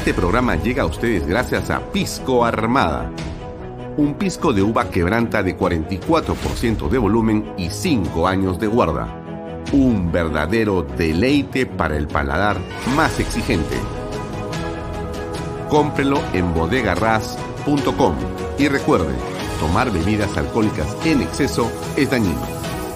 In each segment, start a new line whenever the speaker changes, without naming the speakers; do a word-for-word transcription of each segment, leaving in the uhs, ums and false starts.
Este programa llega a ustedes gracias a Pisco Armada. Un pisco de uva quebranta de cuarenta y cuatro por ciento de volumen y cinco años de guarda. Un verdadero deleite para el paladar más exigente. Cómprelo en bodegarras punto com y recuerde, tomar bebidas alcohólicas en exceso es dañino.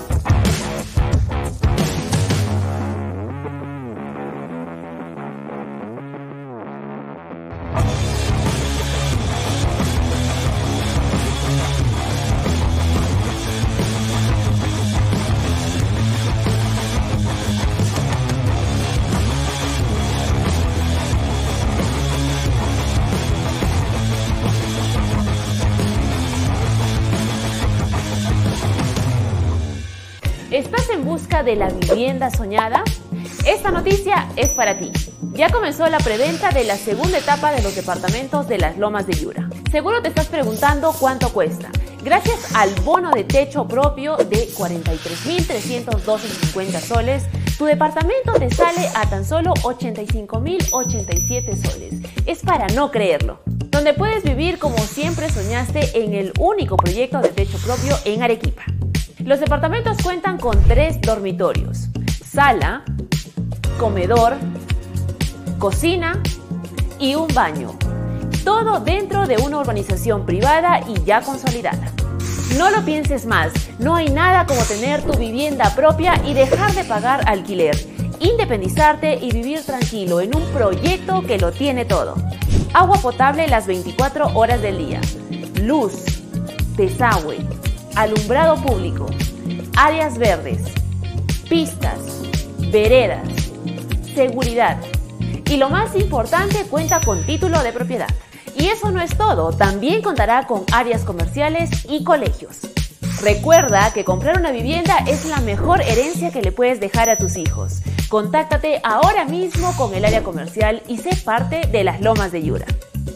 ¿Estás en busca de la vivienda soñada? Esta noticia es para ti. Ya comenzó la preventa de la segunda etapa de los departamentos de las Lomas de Yura. Seguro te estás preguntando cuánto cuesta. Gracias al bono de techo propio de cuarenta y tres mil trescientos doce con cincuenta soles, tu departamento te sale a tan solo ochenta y cinco mil ochenta y siete soles. Es para no creerlo. Donde puedes vivir como siempre soñaste en el único proyecto de techo propio en Arequipa. Los departamentos cuentan con tres dormitorios, sala, comedor, cocina y un baño. Todo dentro de una urbanización privada y ya consolidada. No lo pienses más, no hay nada como tener tu vivienda propia y dejar de pagar alquiler, independizarte y vivir tranquilo en un proyecto que lo tiene todo. Agua potable las veinticuatro horas del día, luz, desagüe, alumbrado público, áreas verdes, pistas, veredas, seguridad y lo más importante, cuenta con título de propiedad. Y eso no es todo, también contará con áreas comerciales y colegios. Recuerda que comprar una vivienda es la mejor herencia que le puedes dejar a tus hijos. Contáctate ahora mismo con el área comercial y sé parte de las Lomas de Yura.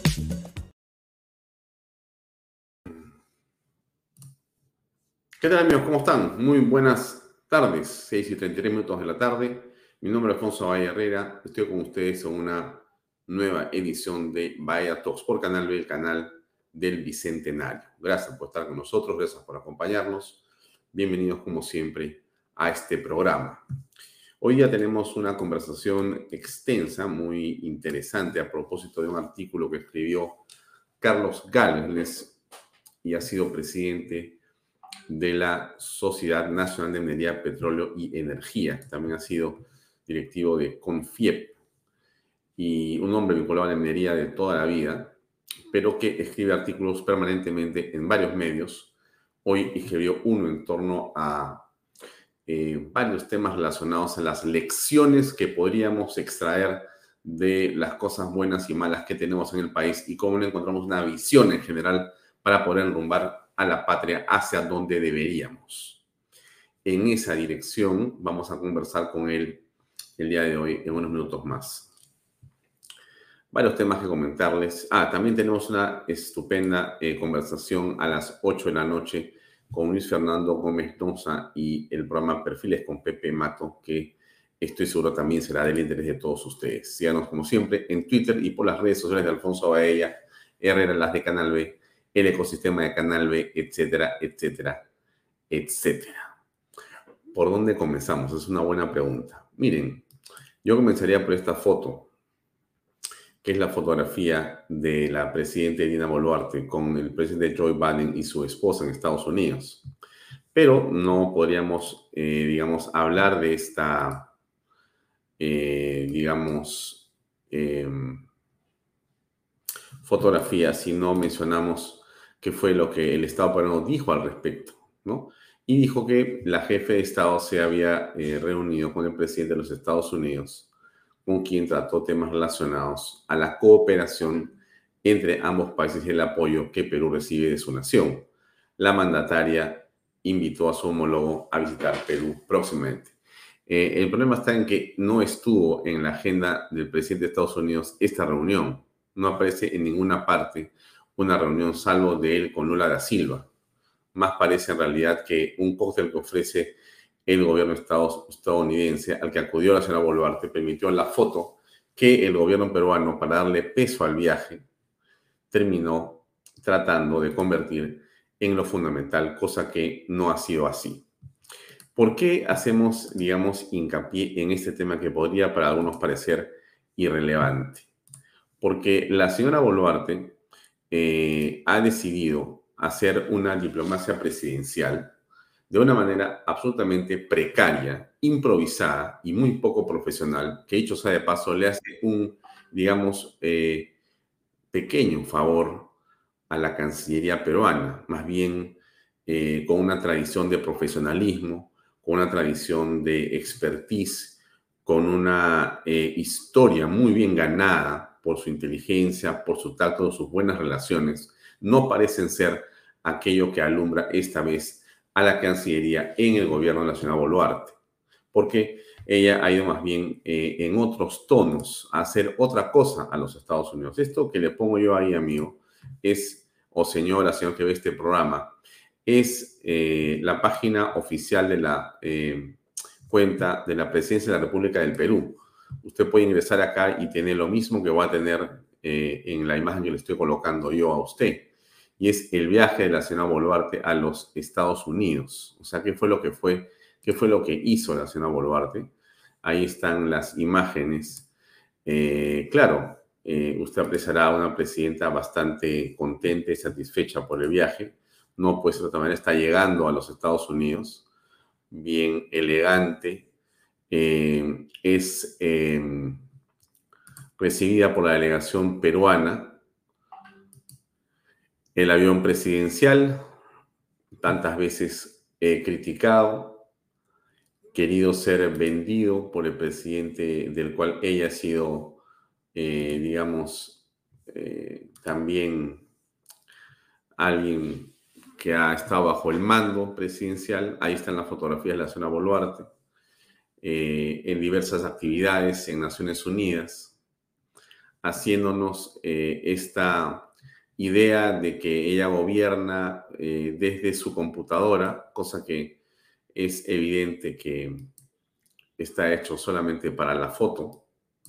¿Qué tal, amigos? ¿Cómo están? Muy buenas tardes, seis y treinta y tres minutos de la tarde. Mi nombre es Alfonso Valle Herrera. Estoy con ustedes en una nueva edición de Bahía Talks por Canal B, el canal del Bicentenario. Gracias por estar con nosotros, gracias por acompañarnos. Bienvenidos, como siempre, a este programa. Hoy ya tenemos una conversación extensa, muy interesante, a propósito de un artículo que escribió Carlos Gálvez y ha sido presidente de la Sociedad Nacional de Minería, Petróleo y Energía. También ha sido directivo de CONFIEP y un hombre vinculado a la minería de toda la vida, pero que escribe artículos permanentemente en varios medios. Hoy escribió uno en torno a eh, varios temas relacionados a las lecciones que podríamos extraer de las cosas buenas y malas que tenemos en el país y cómo no encontramos una visión en general para poder enrumbar a la patria hacia donde deberíamos. En esa dirección vamos a conversar con él el día de hoy en unos minutos más. Varios temas que comentarles. Ah, también tenemos una estupenda eh, conversación a las ocho de la noche con Luis Fernando Gómez Noza y el programa Perfiles con Pepe Mato, que estoy seguro también será del interés de todos ustedes. Síganos como siempre en Twitter y por las redes sociales de Alfonso Baella, Herrera, las de Canal B, el ecosistema de Canal B, etcétera, etcétera, etcétera. ¿Por dónde comenzamos? Es una buena pregunta. Miren, yo comenzaría por esta foto, que es la fotografía de la presidenta Dina Boluarte con el presidente Joe Biden y su esposa en Estados Unidos. Pero no podríamos, eh, digamos, hablar de esta, eh, digamos, eh, fotografía si no mencionamos qué fue lo que el Estado peruano dijo al respecto, ¿no? Y dijo que la jefe de Estado se había eh, reunido con el presidente de los Estados Unidos, con quien trató temas relacionados a la cooperación entre ambos países y el apoyo que Perú recibe de su nación. La mandataria invitó a su homólogo a visitar Perú próximamente. Eh, el problema está en que no estuvo en la agenda del presidente de Estados Unidos esta reunión. No aparece en ninguna parte una reunión salvo de él con Lula da Silva. Más parece en realidad que un cóctel que ofrece el gobierno estadounidense al que acudió la señora Boluarte permitió la foto que el gobierno peruano, para darle peso al viaje, terminó tratando de convertir en lo fundamental, cosa que no ha sido así. ¿Por qué hacemos, digamos, hincapié en este tema que podría para algunos parecer irrelevante? Porque la señora Boluarte eh, ha decidido hacer una diplomacia presidencial de una manera absolutamente precaria, improvisada y muy poco profesional, que dicho sea de paso le hace un, digamos, eh, pequeño favor a la Cancillería peruana, más bien eh, con una tradición de profesionalismo, con una tradición de expertise, con una eh, historia muy bien ganada por su inteligencia, por su tacto, sus buenas relaciones, no parecen ser aquello que alumbra esta vez a la Cancillería en el gobierno de la señora Boluarte, porque ella ha ido más bien eh, en otros tonos a hacer otra cosa a los Estados Unidos. Esto que le pongo yo ahí, amigo, es, o señora, señor que ve este programa, es eh, la página oficial de la eh, cuenta de la Presidencia de la República del Perú. Usted puede ingresar acá y tener lo mismo que va a tener eh, en la imagen que le estoy colocando yo a usted. Y es el viaje de la señora Boluarte a los Estados Unidos. O sea, ¿qué fue lo que fue? ¿Qué fue lo que hizo la señora Boluarte? Ahí están las imágenes. Eh, claro, eh, usted apreciará a una presidenta bastante contenta y satisfecha por el viaje. No, pues de otra manera está llegando a los Estados Unidos, bien elegante. Eh, es eh, recibida por la delegación peruana. El avión presidencial, tantas veces he criticado, querido ser vendido por el presidente del cual ella ha sido, eh, digamos, eh, también alguien que ha estado bajo el mando presidencial. Ahí están las fotografías de la señora Boluarte, eh, en diversas actividades en Naciones Unidas, haciéndonos eh, esta idea de que ella gobierna eh, desde su computadora, cosa que es evidente que está hecho solamente para la foto.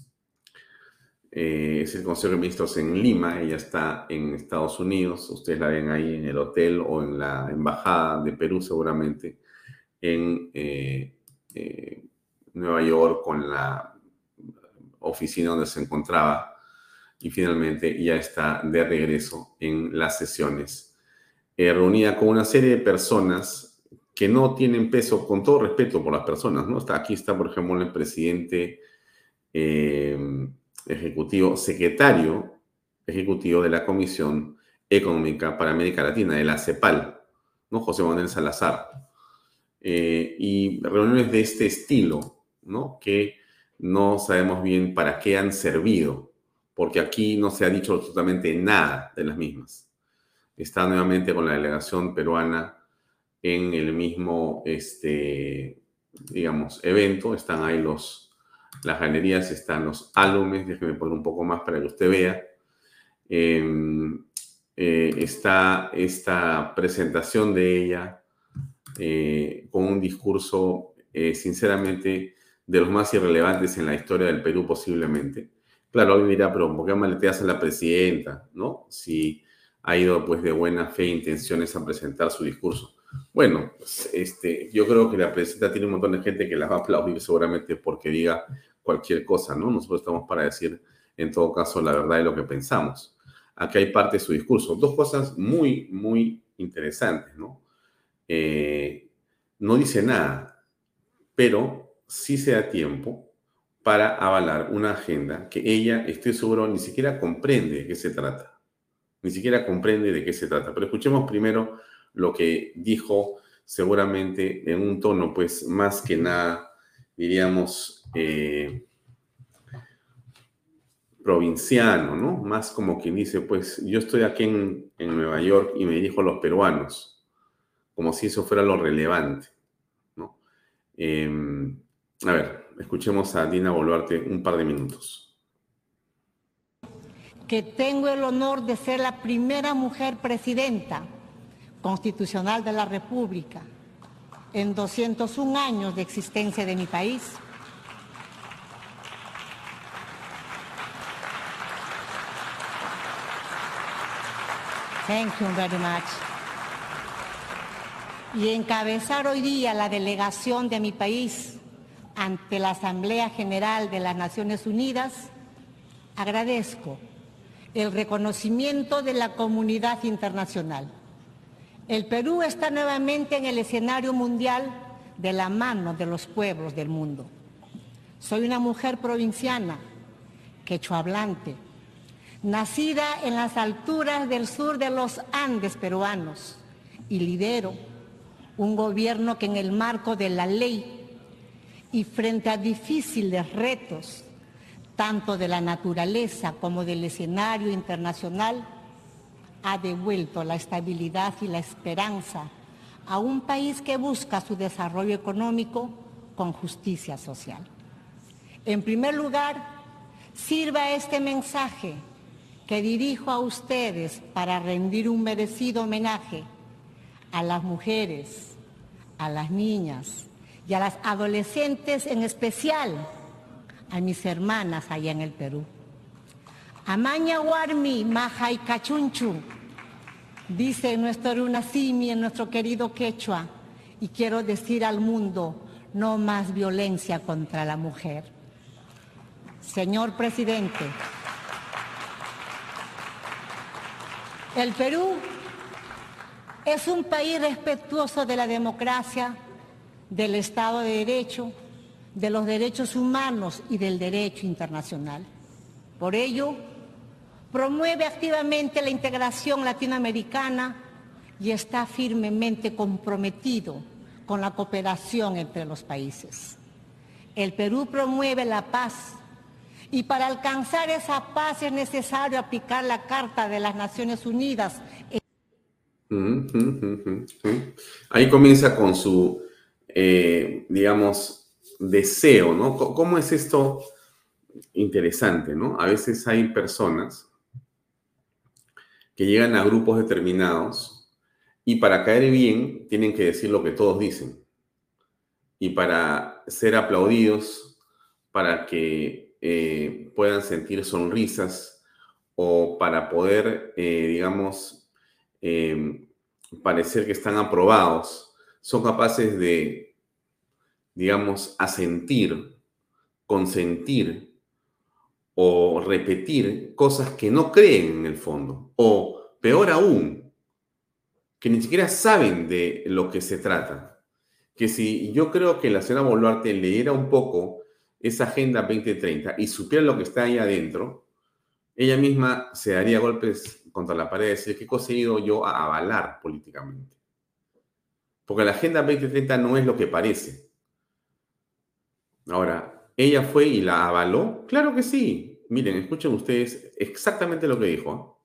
Eh, es el Consejo de Ministros en Lima, ella está en Estados Unidos, ustedes la ven ahí en el hotel o en la embajada de Perú seguramente, en eh, eh, Nueva York con la oficina donde se encontraba. Y finalmente ya está de regreso en las sesiones, eh, reunida con una serie de personas que no tienen peso, con todo respeto por las personas, ¿no? Está, aquí está, por ejemplo, el presidente eh, ejecutivo, secretario ejecutivo de la Comisión Económica para América Latina, de la CEPAL, ¿no? José Manuel Salazar. Eh, y reuniones de este estilo, ¿no? Que no sabemos bien para qué han servido, porque aquí no se ha dicho absolutamente nada de las mismas. Está nuevamente con la delegación peruana en el mismo, este, digamos, evento. Están ahí los, las galerías, están los álbumes. Déjeme poner un poco más para que usted vea. Eh, eh, está esta presentación de ella eh, con un discurso, eh, sinceramente, de los más irrelevantes en la historia del Perú posiblemente. Claro, alguien dirá, pero ¿por qué maleteas a la presidenta, no? Si ha ido, pues, de buena fe e intenciones a presentar su discurso. Bueno, pues, este, yo creo que la presidenta tiene un montón de gente que la va a aplaudir seguramente porque diga cualquier cosa, ¿no? Nosotros estamos para decir, en todo caso, la verdad de lo que pensamos. Aquí hay parte de su discurso. Dos cosas muy, muy interesantes, ¿no? Eh, no dice nada, pero sí se da tiempo para avalar una agenda que ella, estoy seguro, ni siquiera comprende de qué se trata. Ni siquiera comprende de qué se trata. Pero escuchemos primero lo que dijo, seguramente en un tono, pues, más que nada, diríamos, eh, provinciano, ¿no? Más como quien dice, pues, yo estoy aquí en, en Nueva York y me dirijo a los peruanos, como si eso fuera lo relevante, ¿no? Eh, a ver, escuchemos a Dina Boluarte un par de minutos.
Que tengo el honor de ser la primera mujer presidenta constitucional de la República en doscientos un años de existencia de mi país. Thank you very much. Y encabezar hoy día la delegación de mi país ante la Asamblea General de las Naciones Unidas, agradezco el reconocimiento de la comunidad internacional. El Perú está nuevamente en el escenario mundial de la mano de los pueblos del mundo. Soy una mujer provinciana, quechua hablante, nacida en las alturas del sur de los Andes peruanos, y lidero un gobierno que en el marco de la ley y frente a difíciles retos, tanto de la naturaleza como del escenario internacional, ha devuelto la estabilidad y la esperanza a un país que busca su desarrollo económico con justicia social. En primer lugar, sirva este mensaje que dirijo a ustedes para rendir un merecido homenaje a las mujeres, a las niñas y a las adolescentes, en especial a mis hermanas allá en el Perú. Amaña Warmi, Majay Cachunchu, dice nuestro Runasimi en nuestro querido quechua, y quiero decir al mundo, no más violencia contra la mujer. Señor presidente, el Perú es un país respetuoso de la democracia, del Estado de Derecho, de los derechos humanos y del derecho internacional. Por ello, promueve activamente la integración latinoamericana y está firmemente comprometido con la cooperación entre los países. El Perú promueve la paz y para alcanzar esa paz es necesario aplicar la Carta de las Naciones Unidas.
Ahí comienza con su, eh, digamos, deseo, ¿no? ¿Cómo es esto? Interesante, ¿no? A veces hay personas que llegan a grupos determinados y para caer bien tienen que decir lo que todos dicen. Y para ser aplaudidos, para que eh, puedan sentir sonrisas o para poder, eh, digamos, eh, parecer que están aprobados, son capaces de, digamos, asentir, consentir o repetir cosas que no creen en el fondo, o peor aún, que ni siquiera saben de lo que se trata. Que si yo creo que la señora Boluarte leyera un poco esa Agenda veinte treinta y supiera lo que está ahí adentro, ella misma se daría golpes contra la pared y decir, ¿qué cosa he ido yo a avalar políticamente? Porque la Agenda veinte treinta no es lo que parece. Ahora, ¿ella fue y la avaló? Claro que sí. Miren, escuchen ustedes exactamente lo que dijo.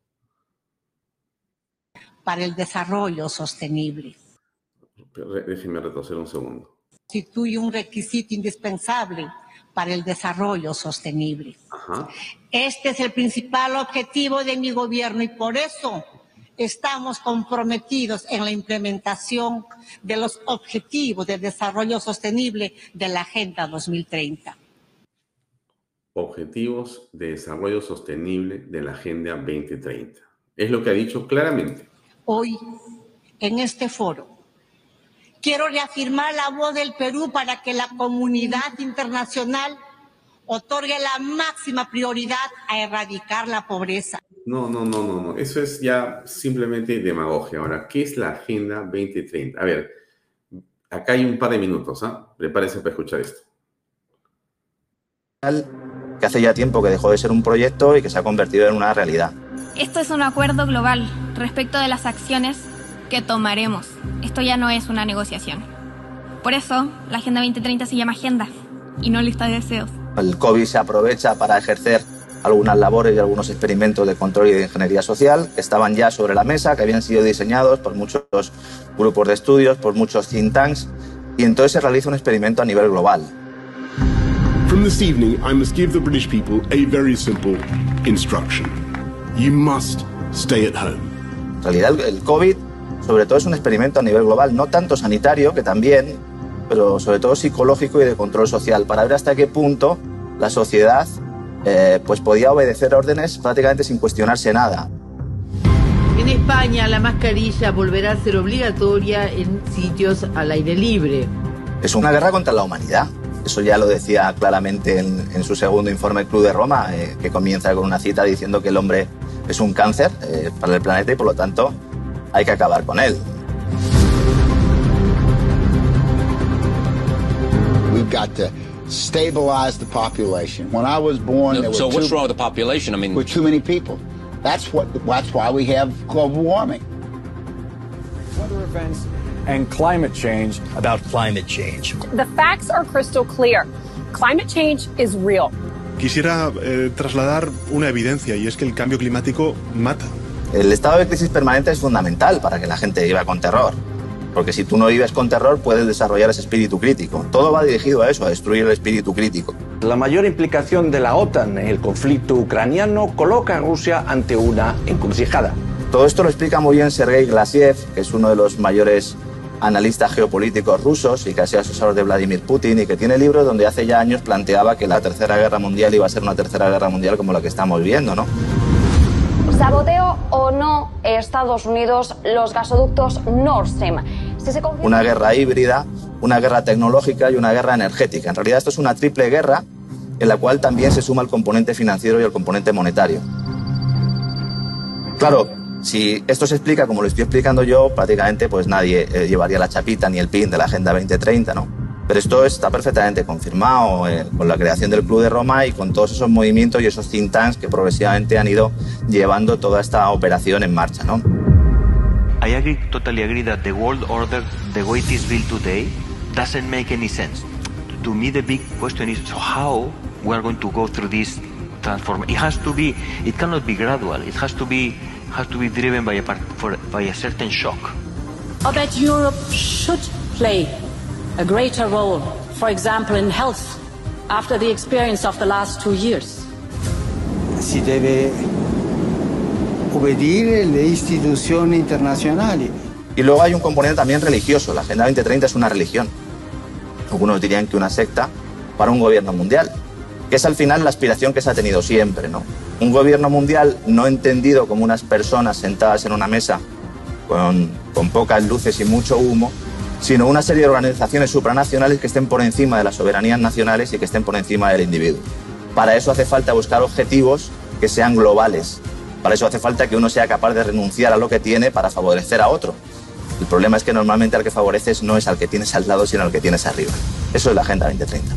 Para el desarrollo sostenible.
Déjenme retroceder un segundo.
Constituye un requisito indispensable para el desarrollo sostenible.
Ajá.
Este es el principal objetivo de mi gobierno y por eso estamos comprometidos en la implementación de los objetivos de desarrollo sostenible de la Agenda dos mil treinta.
Objetivos de desarrollo sostenible de la Agenda veinte treinta. Es lo que ha dicho claramente.
Hoy, en este foro, quiero reafirmar la voz del Perú para que la comunidad internacional otorgue la máxima prioridad a erradicar la pobreza.
No, no, no, no, no. Eso es ya simplemente demagogia. Ahora, ¿qué es la Agenda veinte treinta? A ver, acá hay un par de minutos, ¿ah? ¿eh? Prepárese para escuchar esto.
Que hace ya tiempo que dejó de ser un proyecto y que se ha convertido en una realidad.
Esto es un acuerdo global respecto de las acciones que tomaremos. Esto ya no es una negociación. Por eso, la Agenda veinte treinta se llama Agenda y no lista de deseos. El
COVID se aprovecha para ejercer algunas labores y algunos experimentos de control y de ingeniería social que estaban ya sobre la mesa, que habían sido diseñados por muchos grupos de estudios, por muchos think tanks, y entonces se realiza un experimento a nivel global.
From this evening, I must give the British people a very simple instruction. You must stay at home.
En realidad, el, el COVID, sobre todo, es un experimento a nivel global, no tanto sanitario, que también, pero sobre todo psicológico y de control social, para ver hasta qué punto la sociedad eh, pues podía obedecer órdenes prácticamente sin cuestionarse nada.
En España la mascarilla volverá a ser obligatoria en sitios al aire libre.
Es una guerra contra la humanidad. Eso ya lo decía claramente en, en su segundo informe el Club de Roma, eh, que comienza con una cita diciendo que el hombre es un cáncer eh, para el planeta y por lo tanto hay que acabar con él.
We've got to stabilize the population. When I was born,
no,
there were
so what's
too,
wrong with the population? I mean,
were too many people. That's what. That's why we have global warming.
Weather events and climate change.
About climate change.
The facts are crystal clear. Climate change is real.
Quisiera eh, trasladar una evidencia y es que el cambio climático mata.
El estado de crisis permanente es fundamental para que la gente viva con terror. Porque si tú no vives con terror, puedes desarrollar ese espíritu crítico. Todo va dirigido a eso, a destruir el espíritu crítico.
La mayor implicación de la OTAN en el conflicto ucraniano coloca a Rusia ante una encrucijada.
Todo esto lo explica muy bien Sergei Glasiev, que es uno de los mayores analistas geopolíticos rusos y que ha sido asesor de Vladimir Putin y que tiene libros donde hace ya años planteaba que la Tercera Guerra Mundial iba a ser una Tercera Guerra Mundial como la que estamos viendo, ¿no?
¿Saboteo o no Estados Unidos los gasoductos Nord Stream? Si se confirma...
Una guerra híbrida, una guerra tecnológica y una guerra energética. En realidad esto es una triple guerra en la cual también se suma el componente financiero y el componente monetario. Claro, si esto se explica como lo estoy explicando yo, prácticamente pues nadie eh, llevaría la chapita ni el pin de la Agenda veinte treinta, ¿no? Pero esto está perfectamente confirmado eh, con la creación del Club de Roma y con todos esos movimientos y esos think tanks que progresivamente han ido llevando toda esta operación en marcha, ¿no?
I agree, totally agree that the world order, the way it is built today, doesn't make any sense. To me, the big question is so how we are going to go through this transformation. It has to be, it cannot be gradual. It has to be, has to be driven by a part, for, by a certain shock.
I bet Europe should play a greater role, for example, in health, after the experience of the last two years.
Si debe obedir le instituzioni internazionali.
Y luego hay un componente también religioso. La Agenda veinte treinta es una religión. Algunos dirían que una secta para un gobierno mundial, que es al final la aspiración que se ha tenido siempre, ¿no? Un gobierno mundial no entendido como unas personas sentadas en una mesa con, con pocas luces y mucho humo, sino una serie de organizaciones supranacionales que estén por encima de las soberanías nacionales y que estén por encima del individuo. Para eso hace falta buscar objetivos que sean globales. Para eso hace falta que uno sea capaz de renunciar a lo que tiene para favorecer a otro. El problema es que normalmente al que favoreces no es al que tienes al lado, sino al que tienes arriba. Eso es la Agenda veinte treinta.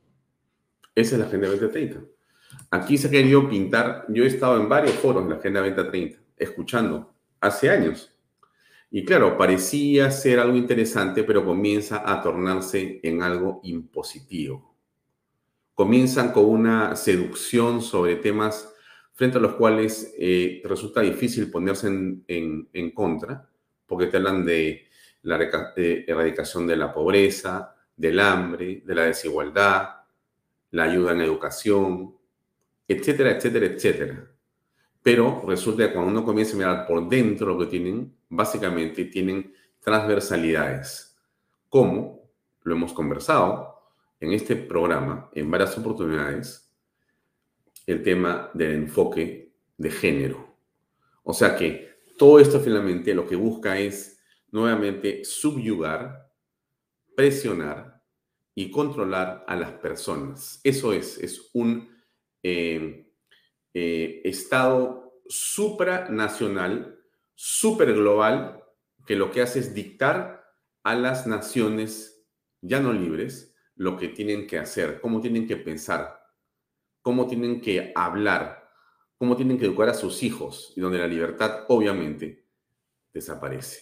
Esa es la Agenda veinte treinta. Aquí se ha querido pintar, yo he estado en varios foros de la Agenda veinte treinta, escuchando, hace años. Y claro, parecía ser algo interesante, pero comienza a tornarse en algo impositivo. Comienzan con una seducción sobre temas frente a los cuales eh, resulta difícil ponerse en, en, en contra, porque te hablan de la de erradicación de la pobreza, del hambre, de la desigualdad, la ayuda en educación, etcétera, etcétera, etcétera. Pero resulta que cuando uno comienza a mirar por dentro lo que tienen, básicamente tienen transversalidades, como lo hemos conversado en este programa en varias oportunidades, el tema del enfoque de género. O sea que todo esto finalmente lo que busca es nuevamente subyugar, presionar y controlar a las personas. Eso es, es un eh, eh, estado supranacional, superglobal, que lo que hace es dictar a las naciones ya no libres lo que tienen que hacer, cómo tienen que pensar, cómo tienen que hablar, cómo tienen que educar a sus hijos, y donde la libertad obviamente desaparece.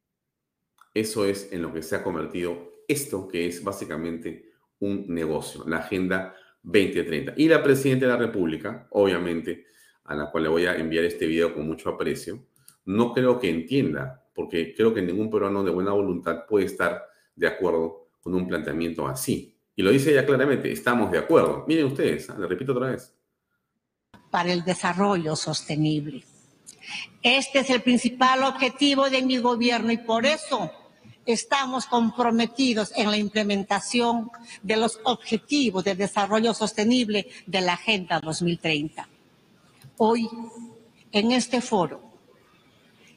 Eso es en lo que se ha convertido esto, que es básicamente un negocio, la Agenda veinte treinta. Y la Presidenta de la República, obviamente, a la cual le voy a enviar este video con mucho aprecio, no creo que entienda, porque creo que ningún peruano de buena voluntad puede estar de acuerdo con un planteamiento así. Y lo dice ella claramente, estamos de acuerdo. Miren ustedes, le repito otra vez.
Para el desarrollo sostenible. Este es el principal objetivo de mi gobierno y por eso estamos comprometidos en la implementación de los objetivos de desarrollo sostenible de la Agenda dos mil treinta. Hoy, en este foro,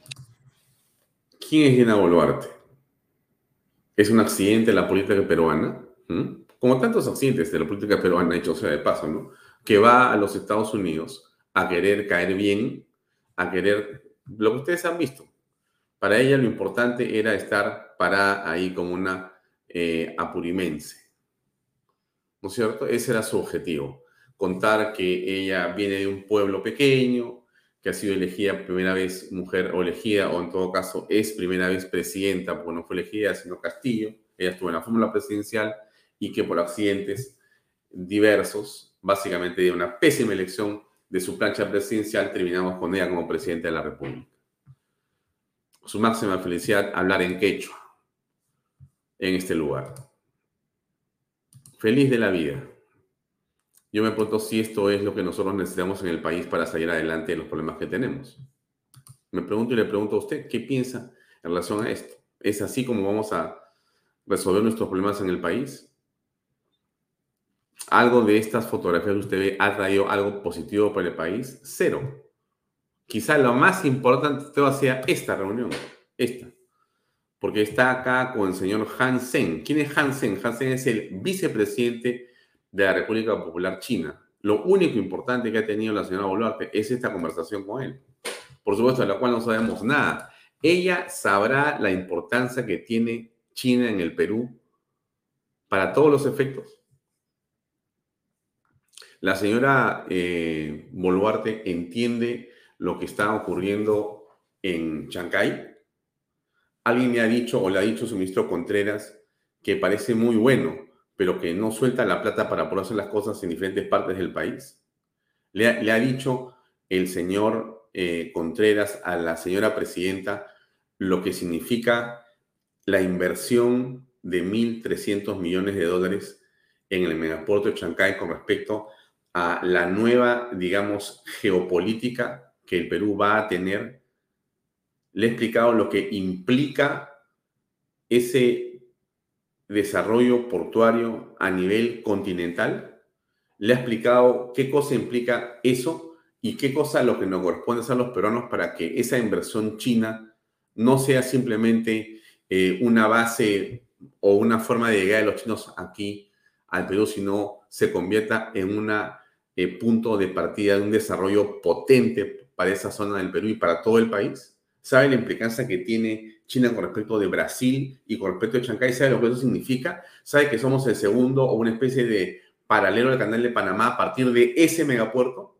¿Quién es Dina Boluarte? ¿Es un accidente de la política peruana? ¿Mm? Como tantos accidentes de la política peruana, hecho sea de paso, ¿no? Que va a los Estados Unidos a querer caer bien, a querer lo que ustedes han visto. Para ella lo importante era estar parada ahí como una eh, apurimense. ¿No es cierto? Ese era su objetivo. Contar que ella viene de un pueblo pequeño, que ha sido elegida primera vez mujer o elegida, o en todo caso es primera vez presidenta, porque no fue elegida, sino Castillo. Ella estuvo en la fórmula presidencial y que por accidentes diversos, básicamente de una pésima elección de su plancha presidencial, terminamos con ella como presidenta de la República. Su máxima felicidad, hablar en quechua en este lugar. Feliz de la vida. Yo me pregunto si esto es lo que nosotros necesitamos en el país para salir adelante de los problemas que tenemos. Me pregunto y le pregunto a usted, ¿qué piensa en relación a esto? ¿Es así como vamos a resolver nuestros problemas en el país? ¿Algo de estas fotografías que usted ve ha traído algo positivo para el país? Cero. Quizá lo más importante de todo sea esta reunión, esta. Porque está acá con el señor Han Zheng. ¿Quién es Han Zheng? Han Zheng es el vicepresidente de la República Popular China. Lo único importante que ha tenido la señora Boluarte es esta conversación con él. Por supuesto, de la cual no sabemos nada. Ella sabrá la importancia que tiene China en el Perú para todos los efectos. La señora eh, Boluarte entiende lo que está ocurriendo en Chancay. Alguien me ha dicho, o le ha dicho su ministro Contreras, que parece muy bueno, pero que no suelta la plata para poder hacer las cosas en diferentes partes del país. Le ha, le ha dicho el señor eh, Contreras a la señora presidenta lo que significa la inversión de mil trescientos millones de dólares en el megapuerto de Chancay con respecto a la nueva, digamos, geopolítica que el Perú va a tener. Le he explicado lo que implica ese desarrollo portuario a nivel continental. Le he explicado qué cosa implica eso y qué cosa lo que nos corresponde hacer a los peruanos para que esa inversión china no sea simplemente eh, una base o una forma de llegar de los chinos aquí al Perú, sino se convierta en un eh, punto de partida de un desarrollo potente para esa zona del Perú y para todo el país. ¿Sabe la implicancia que tiene China con respecto de Brasil y con respecto de Chancay? ¿Sabe lo que eso significa? ¿Sabe que somos el segundo o una especie de paralelo al canal de Panamá a partir de ese megapuerto?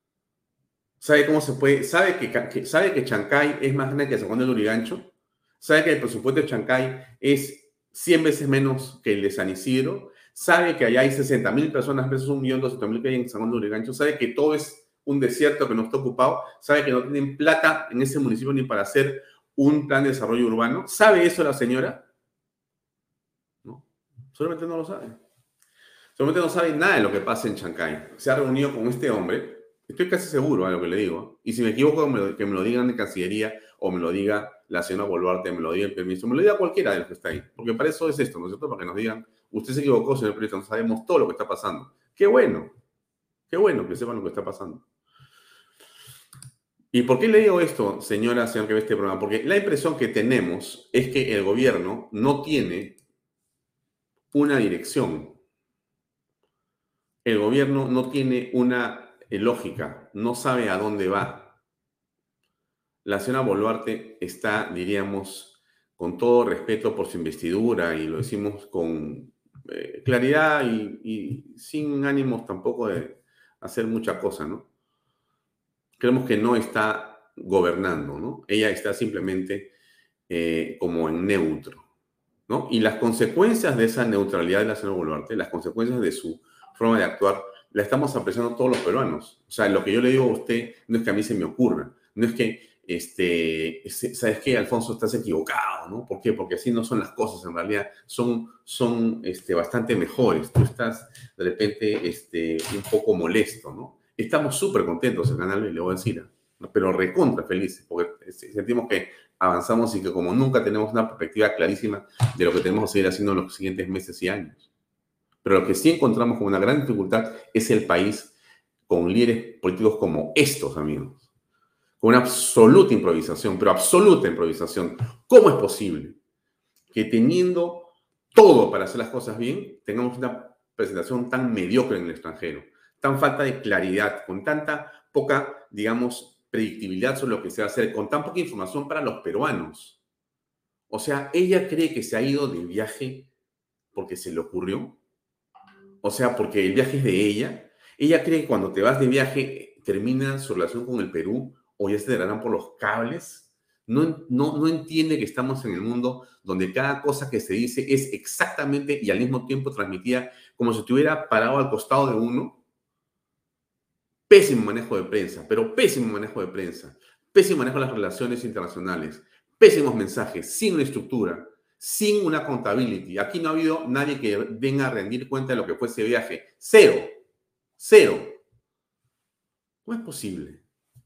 ¿Sabe cómo se puede? ¿Sabe que, que, ¿sabe que Chancay es más grande que San Juan de Lurigancho? ¿Sabe que el presupuesto de Chancay es cien veces menos que el de San Isidro? ¿Sabe que allá hay sesenta mil personas versus un millón doscientos mil que hay en San Juan de Lurigancho? ¿Sabe que todo es un desierto que no está ocupado? ¿Sabe que no tienen plata en ese municipio ni para hacer un plan de desarrollo urbano? ¿Sabe eso la señora? No, solamente no lo sabe. Solamente no sabe nada de lo que pasa en Chancay. Se ha reunido con este hombre, estoy casi seguro de lo que le digo, y si me equivoco que me lo, que me lo digan de Cancillería o me lo diga la señora Boluarte, me lo diga el permiso, me lo diga cualquiera de los que está ahí, porque para eso es esto, ¿no es cierto? Para que nos digan, usted se equivocó, señor periodista, no sabemos todo lo que está pasando. ¡Qué bueno! ¡Qué bueno que sepan lo que está pasando! ¿Y por qué le digo esto, señora, señor que ve este programa? Porque la impresión que tenemos es que el gobierno no tiene una dirección. El gobierno no tiene una lógica, no sabe a dónde va. La señora Boluarte está, diríamos, con todo respeto por su investidura, y lo decimos con eh, claridad y, y sin ánimos tampoco de hacer mucha cosa, ¿no? Creemos que no está gobernando, ¿no? Ella está simplemente eh, como en neutro, ¿no? Y las consecuencias de esa neutralidad de la señora Boluarte, las consecuencias de su forma de actuar, la estamos apreciando todos los peruanos. O sea, lo que yo le digo a usted no es que a mí se me ocurra, no es que, este, ¿sabes qué, Alfonso? Estás equivocado, ¿no? ¿Por qué? Porque así no son las cosas, en realidad son, son este, bastante mejores. Tú estás, de repente, este, un poco molesto, ¿no? Estamos súper contentos en el canal, le voy a decir, pero recontra felices, porque sentimos que avanzamos y que como nunca tenemos una perspectiva clarísima de lo que tenemos que seguir haciendo en los siguientes meses y años. Pero lo que sí encontramos como una gran dificultad es el país con líderes políticos como estos, amigos, con una absoluta improvisación, pero absoluta improvisación. ¿Cómo es posible que teniendo todo para hacer las cosas bien, tengamos una presentación tan mediocre en el extranjero, tan falta de claridad, con tanta poca, digamos, predictibilidad sobre lo que se va a hacer, con tan poca información para los peruanos? O sea, ella cree que se ha ido de viaje porque se le ocurrió. O sea, porque el viaje es de ella. Ella cree que cuando te vas de viaje termina su relación con el Perú o ya se darán por los cables. No, no, no entiende que estamos en el mundo donde cada cosa que se dice es exactamente y al mismo tiempo transmitida como si estuviera parado al costado de uno. Pésimo manejo de prensa, pero pésimo manejo de prensa. Pésimo manejo de las relaciones internacionales. Pésimos mensajes, sin una estructura, sin una accountability. Aquí no ha habido nadie que venga a rendir cuenta de lo que fue ese viaje. Cero. Cero. ¿Cómo es posible?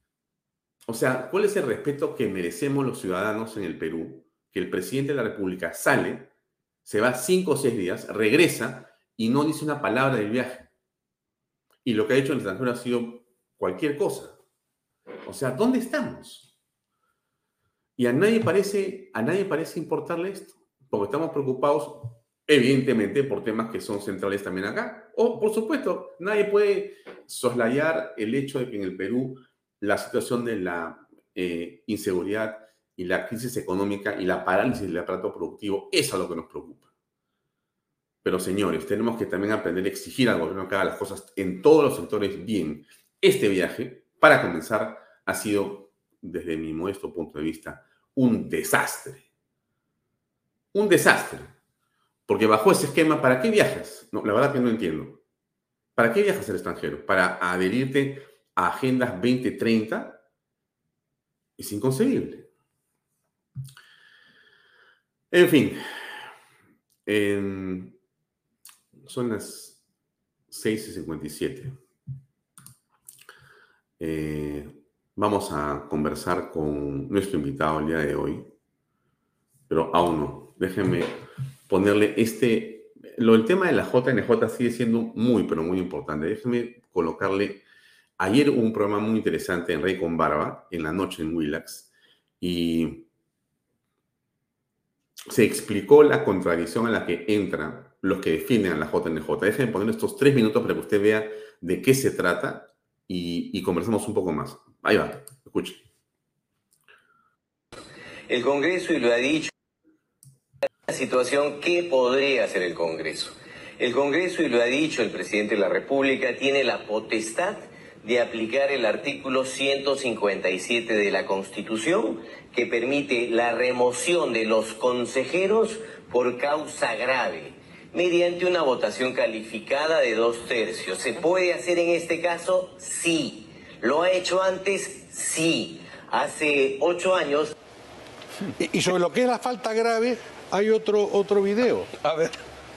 O sea, ¿cuál es el respeto que merecemos los ciudadanos en el Perú? Que el presidente de la República sale, se va cinco o seis días, regresa y no dice una palabra del viaje. Y lo que ha hecho en el extranjero ha sido cualquier cosa. O sea, ¿dónde estamos? Y a nadie parece, a nadie parece importarle esto, porque estamos preocupados, evidentemente, por temas que son centrales también acá. O, por supuesto, nadie puede soslayar el hecho de que en el Perú la situación de la eh, inseguridad y la crisis económica y la parálisis del aparato productivo es a lo que nos preocupa. Pero, señores, tenemos que también aprender a exigir al gobierno que haga las cosas en todos los sectores bien. Este viaje, para comenzar, ha sido, desde mi modesto punto de vista, un desastre. Un desastre. Porque bajo ese esquema, ¿para qué viajas? No, la verdad que no entiendo. ¿Para qué viajas al extranjero? ¿Para adherirte a agendas veinte treinta? Es inconcebible. En fin. Eh, son las seis y cincuenta y siete. Eh, vamos a conversar con nuestro invitado el día de hoy. Pero aún no. Déjenme ponerle este... Lo, el tema de la J N J sigue siendo muy, pero muy importante. Déjenme colocarle... Ayer hubo un programa muy interesante en Rey con Barba, en la noche en Willax, y se explicó la contradicción en la que entran los que definen a la J N J. Déjenme poner estos tres minutos para que usted vea de qué se trata y, y conversemos un poco más. Ahí va, escuche.
El Congreso, y lo ha dicho, la situación, ¿qué podría hacer el Congreso? El Congreso, y lo ha dicho el presidente de la República, tiene la potestad de aplicar el artículo ciento cincuenta y siete de la Constitución, que permite la remoción de los consejeros por causa grave, mediante una votación calificada de dos tercios. ¿Se puede hacer en este caso? Sí. ¿Lo ha hecho antes? Sí. Hace ocho años...
Y sobre lo que es la falta grave, hay otro, otro video. A ver.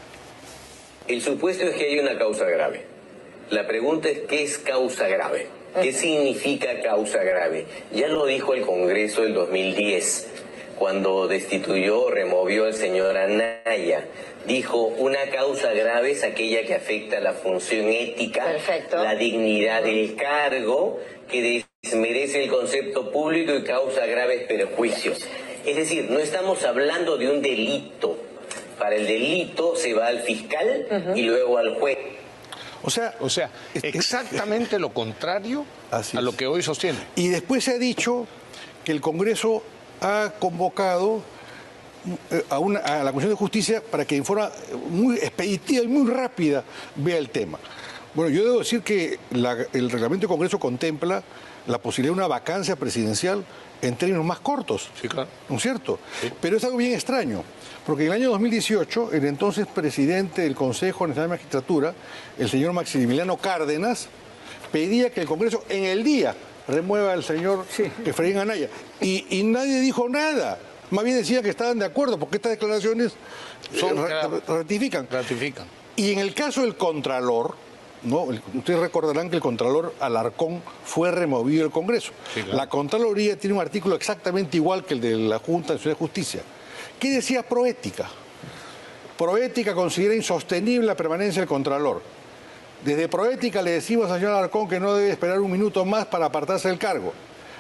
El supuesto es que hay una causa grave. La pregunta es, ¿qué es causa grave? ¿Qué significa causa grave? Ya lo dijo el Congreso del dos mil diez, cuando destituyó o removió al señor Anaya. Dijo, una causa grave es aquella que afecta la función ética, Perfecto. la dignidad del cargo, que desmerece el concepto público y causa graves perjuicios. Es decir, no estamos hablando de un delito. Para el delito se va al fiscal uh-huh. y luego al juez.
O sea,
o sea, exactamente lo contrario
Así
a
es.
lo que hoy sostiene.
Y después se ha dicho que el Congreso ha convocado a, una, a la Comisión de Justicia para que de forma muy expeditiva y muy rápida vea el tema. Bueno, yo debo decir que la, el reglamento del Congreso contempla la posibilidad de una vacancia presidencial en términos más cortos.
Sí, claro.
¿No es cierto?
Sí.
Pero es algo bien extraño, porque en el año dos mil dieciocho, el entonces presidente del Consejo Nacional de Magistratura, el señor Maximiliano Cárdenas, pedía que el Congreso en el día remueva al señor sí. Efraín Anaya. Y, y nadie dijo nada. Más bien decía que estaban de acuerdo, porque estas declaraciones Son, eh, ratifican.
ratifican.
Y en el caso del Contralor, ¿no? Ustedes recordarán que el Contralor Alarcón fue removido del Congreso.
Sí, claro.
La Contraloría tiene un artículo exactamente igual que el de la Junta Nacional de Justicia. ¿Qué decía Proética? Proética considera insostenible la permanencia del Contralor. Desde Proética le decimos al señor Alarcón que no debe esperar un minuto más para apartarse del cargo.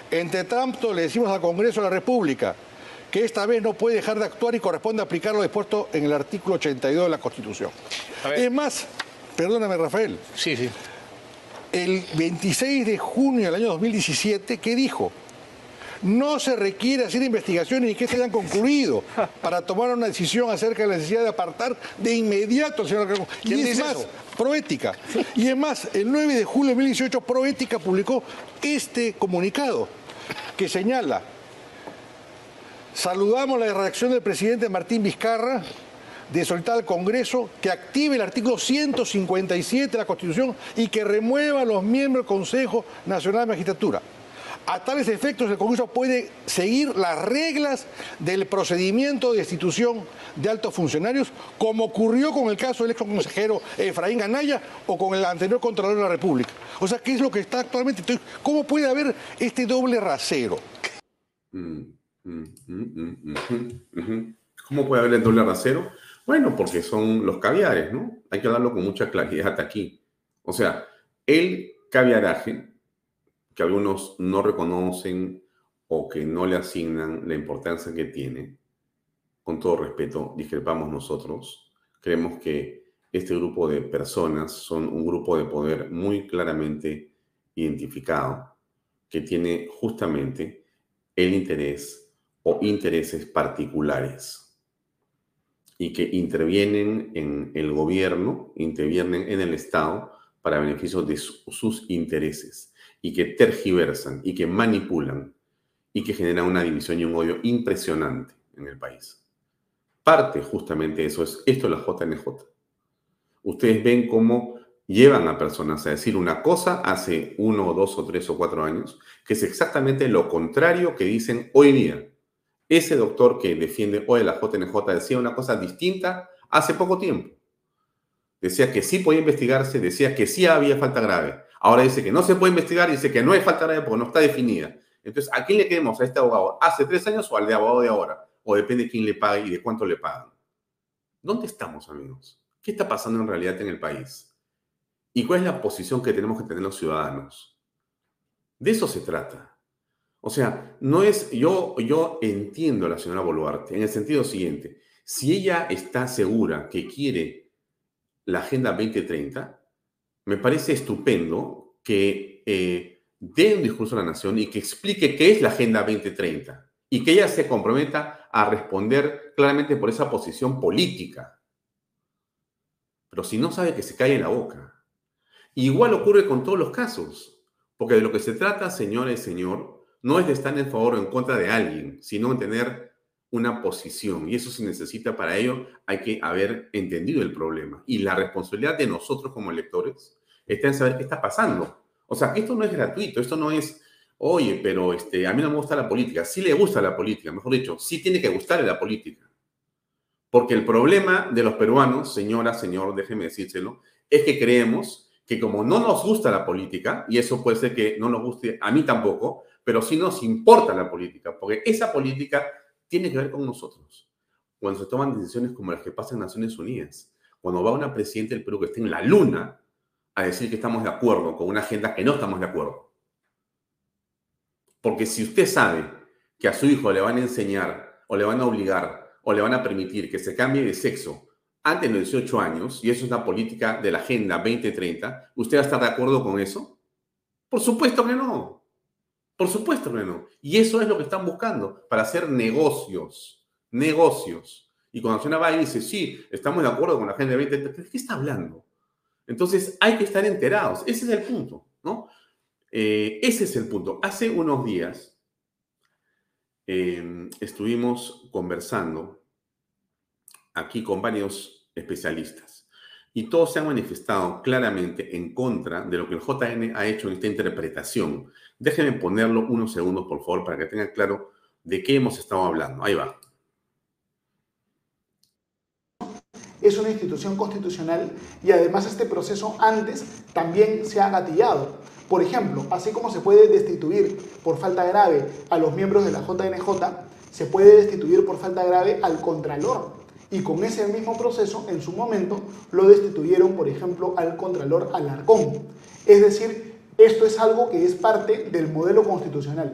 Entre tanto, le decimos al Congreso de la República que esta vez no puede dejar de actuar y corresponde aplicar lo dispuesto en el artículo ochenta y dos de la Constitución. Es más, perdóname, Rafael.
Sí, sí.
El veintiséis de junio del año dos mil diecisiete, ¿qué dijo? No se requiere hacer investigaciones ni que se hayan concluido para tomar una decisión acerca de la necesidad de apartar de inmediato al señor Carcamo. Y es más, eso? Proética. Y es más, el nueve de julio de dos mil dieciocho, Proética publicó este comunicado que señala: saludamos la reacción del presidente Martín Vizcarra de solicitar al Congreso que active el artículo ciento cincuenta y siete de la Constitución y que remueva a los miembros del Consejo Nacional de Magistratura. A tales efectos, el Congreso puede seguir las reglas del procedimiento de destitución de altos funcionarios, como ocurrió con el caso del ex consejero Efraín Anaya o con el anterior Contralor de la República. O sea, ¿qué es lo que está actualmente? Entonces, ¿cómo puede haber este doble rasero?
Mm, mm, mm, mm, mm, mm. ¿Cómo puede haber el doble rasero? Bueno, porque son los caviares, ¿no? Hay que hablarlo con mucha claridad hasta aquí. O sea, el caviaraje, que algunos no reconocen o que no le asignan la importancia que tiene, con todo respeto, discrepamos nosotros. Creemos que este grupo de personas son un grupo de poder muy claramente identificado, que tiene justamente el interés o intereses particulares y que intervienen en el gobierno, intervienen en el Estado para beneficio de su, sus intereses, y que tergiversan y que manipulan y que generan una división y un odio impresionante en el país. Parte justamente de eso es esto de la J N J. Ustedes ven cómo llevan a personas a decir una cosa hace uno, dos o tres o cuatro años, que es exactamente lo contrario que dicen hoy día. Ese doctor que defiende hoy la J N J decía una cosa distinta hace poco tiempo. Decía que sí podía investigarse, decía que sí había falta grave. Ahora dice que no se puede investigar, dice que no hay falta grave porque no está definida. Entonces, ¿a quién le queremos? ¿A este abogado hace tres años o al de abogado de ahora? O depende de quién le pague y de cuánto le pagan. ¿Dónde estamos, amigos? ¿Qué está pasando en realidad en el país? ¿Y cuál es la posición que tenemos que tener los ciudadanos? De eso se trata. O sea, no es... Yo, yo entiendo a la señora Boluarte en el sentido siguiente. Si ella está segura que quiere la Agenda veinte treinta, me parece estupendo que eh, dé un discurso a la nación y que explique qué es la Agenda veinte treinta y que ella se comprometa a responder claramente por esa posición política. Pero si no sabe, que se calle la boca. Igual ocurre con todos los casos, porque de lo que se trata, señora y señor, no es de estar en favor o en contra de alguien, sino en tener una posición, y eso se necesita. Para ello hay que haber entendido el problema, y la responsabilidad de nosotros como electores está en saber qué está pasando. O sea, que esto no es gratuito, esto no es, oye, pero este, a mí no me gusta la política. Sí le gusta la política, mejor dicho, sí tiene que gustarle la política. Porque el problema de los peruanos, señora, señor, déjeme decírselo, es que creemos que como no nos gusta la política, y eso puede ser que no nos guste a mí tampoco, pero sí nos importa la política, porque esa política tiene que ver con nosotros. Cuando se toman decisiones como las que pasan en Naciones Unidas, cuando va una presidenta del Perú que está en la luna a decir que estamos de acuerdo con una agenda que no estamos de acuerdo. Porque si usted sabe que a su hijo le van a enseñar o le van a obligar o le van a permitir que se cambie de sexo antes de los dieciocho años, y eso es una política de la Agenda veinte treinta, ¿usted va a estar de acuerdo con eso? Por supuesto que no. Por supuesto que no. Y eso es lo que están buscando, para hacer negocios. Negocios. Y cuando la señora va y dice, sí, estamos de acuerdo con la Agenda veinte treinta, ¿de qué está hablando? Entonces hay que estar enterados. Ese es el punto, ¿no? Eh, ese es el punto. Hace unos días eh, estuvimos conversando aquí con varios especialistas y todos se han manifestado claramente en contra de lo que el J N ha hecho en esta interpretación. Déjenme ponerlo unos segundos, por favor, para que tengan claro de qué hemos estado hablando. Ahí va.
Es una institución constitucional y además este proceso antes también se ha gatillado. Por ejemplo, así como se puede destituir por falta grave a los miembros de la J N J, se puede destituir por falta grave al Contralor. Y con ese mismo proceso, en su momento, lo destituyeron, por ejemplo, al Contralor Alarcón. Es decir, esto es algo que es parte del modelo constitucional.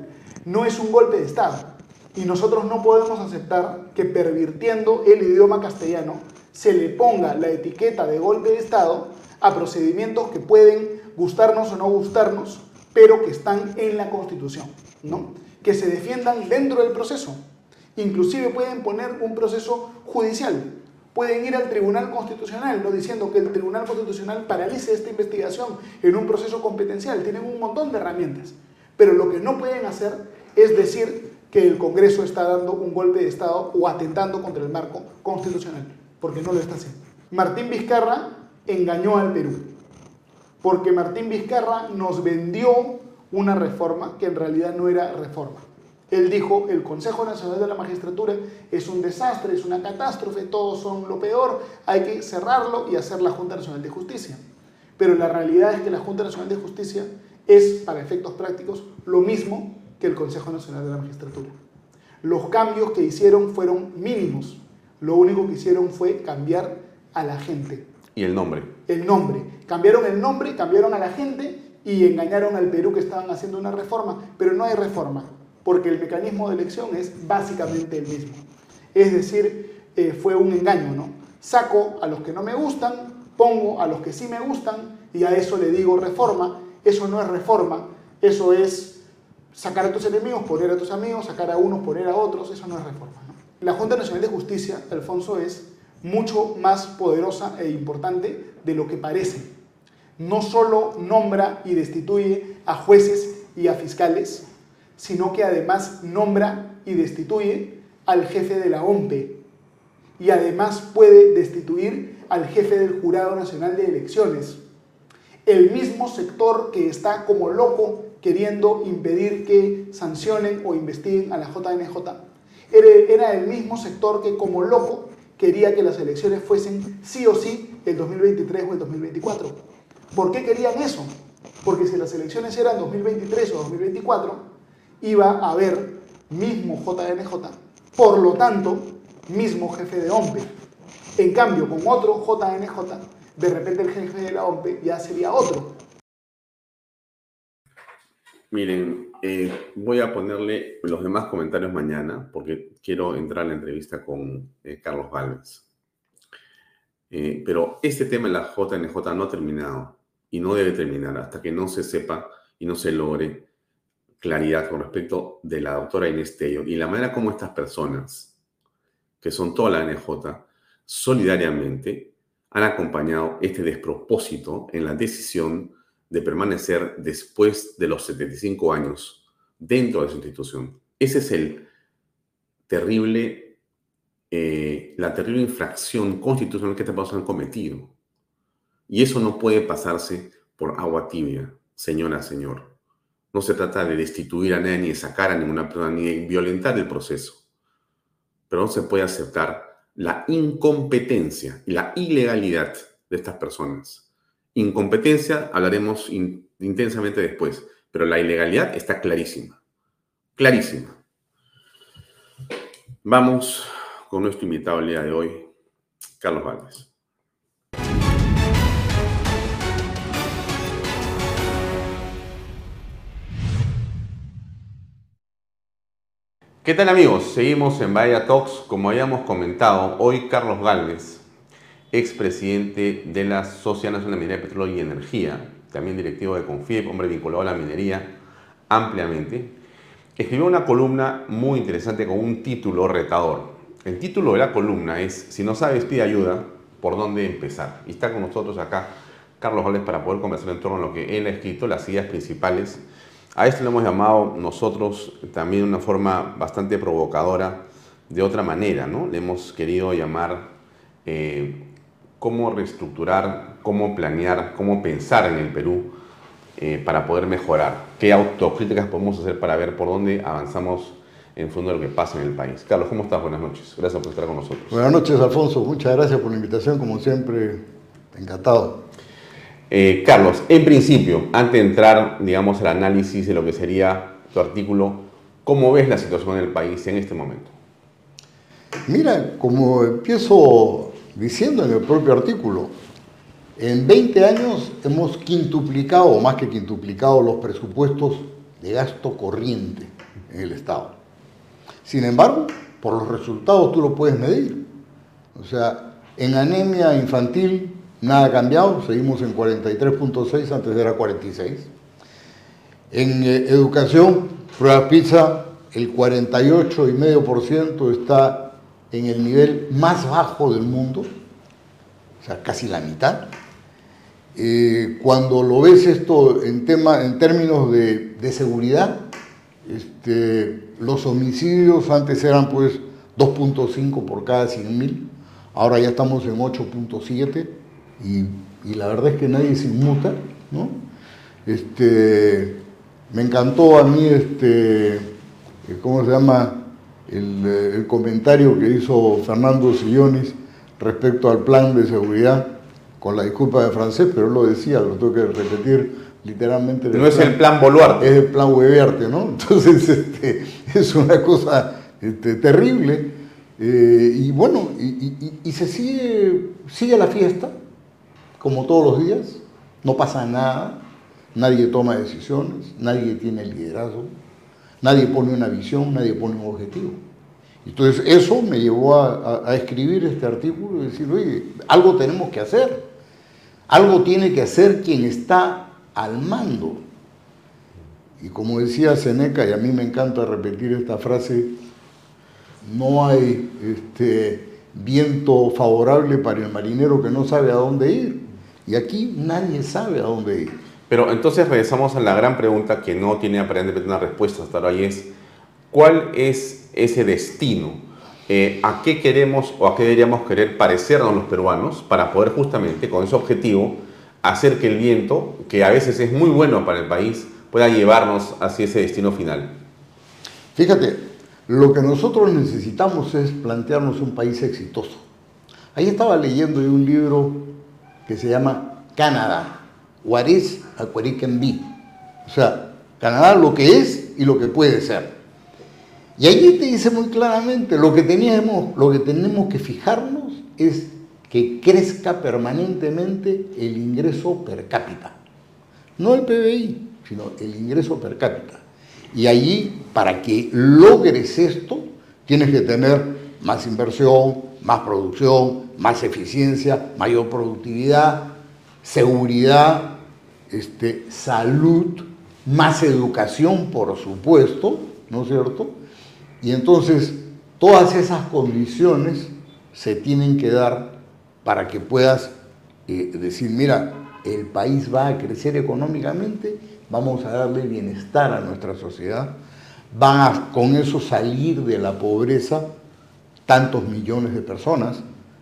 no es un golpe de Estado. Y nosotros no podemos aceptar que pervirtiendo el idioma castellano se le ponga la etiqueta de golpe de Estado a procedimientos que pueden gustarnos o no gustarnos, pero que están en la Constitución, ¿no? Que se defiendan dentro del proceso. Inclusive pueden poner un proceso judicial. Pueden ir al Tribunal Constitucional, ¿no? Diciendo que el Tribunal Constitucional paralice esta investigación en un proceso competencial. Tienen un montón de herramientas. Pero lo que no pueden hacer es decir que el Congreso está dando un golpe de Estado o atentando contra el marco constitucional, porque no lo está haciendo. Martín Vizcarra engañó al Perú, porque Martín Vizcarra nos vendió una reforma que en realidad no era reforma. Él dijo, el Consejo Nacional de la Magistratura es un desastre, es una catástrofe, todos son lo peor, hay que cerrarlo y hacer la Junta Nacional de Justicia. Pero la realidad es que la Junta Nacional de Justicia es, para efectos prácticos, lo mismo que el Consejo Nacional de la Magistratura. Los cambios que hicieron fueron mínimos. Lo único que hicieron fue cambiar a la gente.
¿Y el nombre?
El nombre. Cambiaron el nombre, cambiaron a la gente y engañaron al Perú que estaban haciendo una reforma. Pero no hay reforma, porque el mecanismo de elección es básicamente el mismo. Es decir, eh, fue un engaño, ¿no? Saco a los que no me gustan, pongo a los que sí me gustan y a eso le digo reforma. Eso no es reforma, eso es sacar a tus enemigos, poner a tus amigos, sacar a unos, poner a otros, eso no es reforma, ¿no? La Junta Nacional de Justicia, Alfonso, es mucho más poderosa e importante de lo que parece. No solo nombra y destituye a jueces y a fiscales, sino que además nombra y destituye al jefe de la O M P E y además puede destituir al jefe del Jurado Nacional de Elecciones. El mismo sector que está como loco queriendo impedir que sancionen o investiguen a la J N J, era el mismo sector que como loco quería que las elecciones fuesen sí o sí el dos mil veintitrés o el dos mil veinticuatro. ¿Por qué querían eso? Porque si las elecciones eran dos mil veintitrés o dos mil veinticuatro, iba a haber mismo J N J, por lo tanto, mismo jefe de O M P E. En cambio, con otro J N J, de repente el jefe de la O M P E ya sería otro.
Miren, eh, voy a ponerle los demás comentarios mañana porque quiero entrar en la entrevista con eh, Carlos Gálvez. Eh, pero este tema de la J N J no ha terminado y no debe terminar hasta que no se sepa y no se logre claridad con respecto de la doctora Inés Tello y la manera como estas personas, que son toda la A N J, solidariamente han acompañado este despropósito en la decisión de permanecer después de los setenta y cinco años dentro de su institución. Ese es el terrible, eh, la terrible infracción constitucional que estas personas han cometido. Y eso no puede pasarse por agua tibia, señora, señor. No se trata de destituir a nadie, ni de sacar a ninguna persona, ni de violentar el proceso. Pero no se puede aceptar la incompetencia y la ilegalidad de estas personas. Incompetencia hablaremos in, intensamente después, pero la ilegalidad está clarísima, clarísima. Vamos con nuestro invitado el día de hoy, Carlos Gálvez. ¿Qué tal, amigos? Seguimos en Bahía Talks. Como habíamos comentado, hoy Carlos Gálvez, expresidente de la Sociedad Nacional de Minería, Petróleo y Energía, también directivo de Confiep, hombre vinculado a la minería ampliamente, escribió una columna muy interesante con un título retador. El título de la columna es "Si no sabes, pide ayuda, ¿por dónde empezar?". Y está con nosotros acá Carlos Gálvez para poder conversar en torno a lo que él ha escrito, las ideas principales. A esto lo hemos llamado nosotros también de una forma bastante provocadora, de otra manera, ¿no? Le hemos querido llamar eh, cómo reestructurar, cómo planear, cómo pensar en el Perú eh, para poder mejorar. ¿Qué autocríticas podemos hacer para ver por dónde avanzamos en función de lo que pasa en el país? Carlos, ¿cómo estás? Buenas noches. Gracias por estar con nosotros.
Buenas noches, Alfonso. Muchas gracias por la invitación. Como siempre, encantado.
Eh, Carlos, en principio, antes de entrar, digamos, al análisis de lo que sería tu artículo, ¿cómo ves la situación en el país en este momento?
Mira, como empiezo diciendo en el propio artículo, en veinte años hemos quintuplicado, o más que quintuplicado, los presupuestos de gasto corriente. en el Estado. Sin embargo, por los resultados tú lo puedes medir. O sea, en anemia infantil nada ha cambiado, seguimos en cuarenta y tres punto seis, antes era cuarenta y seis. En eh, educación, prueba PISA, el cuarenta y ocho coma cinco por ciento está en el nivel más bajo del mundo, o sea, casi la mitad. Eh, cuando lo ves esto en, tema, en términos de, de seguridad, este, los homicidios antes eran pues dos punto cinco por cada cien mil, ahora ya estamos en ocho punto siete y, y la verdad es que nadie se inmuta, ¿no? Este, me encantó a mí, este, ¿cómo se llama? El, el comentario que hizo Fernando Sillonis respecto al plan de seguridad, con la disculpa de francés, pero él lo decía, lo tengo que repetir literalmente.
No es el plan Boluarte.
Es el plan Hueviarte, ¿no? Entonces, este, es una cosa este, terrible. Eh, y bueno, y, y, y se sigue, sigue la fiesta, como todos los días, no pasa nada, nadie toma decisiones, nadie tiene liderazgo, nadie pone una visión, nadie pone un objetivo. Entonces eso me llevó a, a, a escribir este artículo y decir, oye, algo tenemos que hacer, algo tiene que hacer quien está al mando. Y como decía Seneca, y a mí me encanta repetir esta frase, no hay este, viento favorable para el marinero que no sabe a dónde ir. Y aquí nadie sabe a dónde ir.
Pero entonces regresamos a la gran pregunta que no tiene aparentemente una respuesta hasta ahora, y es, ¿cuál es ese destino? Eh, ¿A qué queremos o a qué deberíamos querer parecernos los peruanos para poder justamente con ese objetivo hacer que el viento, que a veces es muy bueno para el país, pueda llevarnos hacia ese destino final?
Fíjate, lo que nosotros necesitamos es plantearnos un país exitoso. Ahí estaba leyendo yo un libro que se llama Canadá, What is and what it can be. O sea, Canadá lo que es y lo que puede ser. Y allí te dice muy claramente, lo que, teníamos, lo que tenemos que fijarnos es que crezca permanentemente el ingreso per cápita. No el P B I, sino el ingreso per cápita. Y allí, para que logres esto, tienes que tener más inversión, más producción, más eficiencia, mayor productividad, seguridad, este, salud, más educación, por supuesto, ¿no es cierto? Y entonces, todas esas condiciones se tienen que dar para que puedas eh, decir, mira, el país va a crecer económicamente, vamos a darle bienestar a nuestra sociedad, van a con eso salir de la pobreza tantos millones de personas.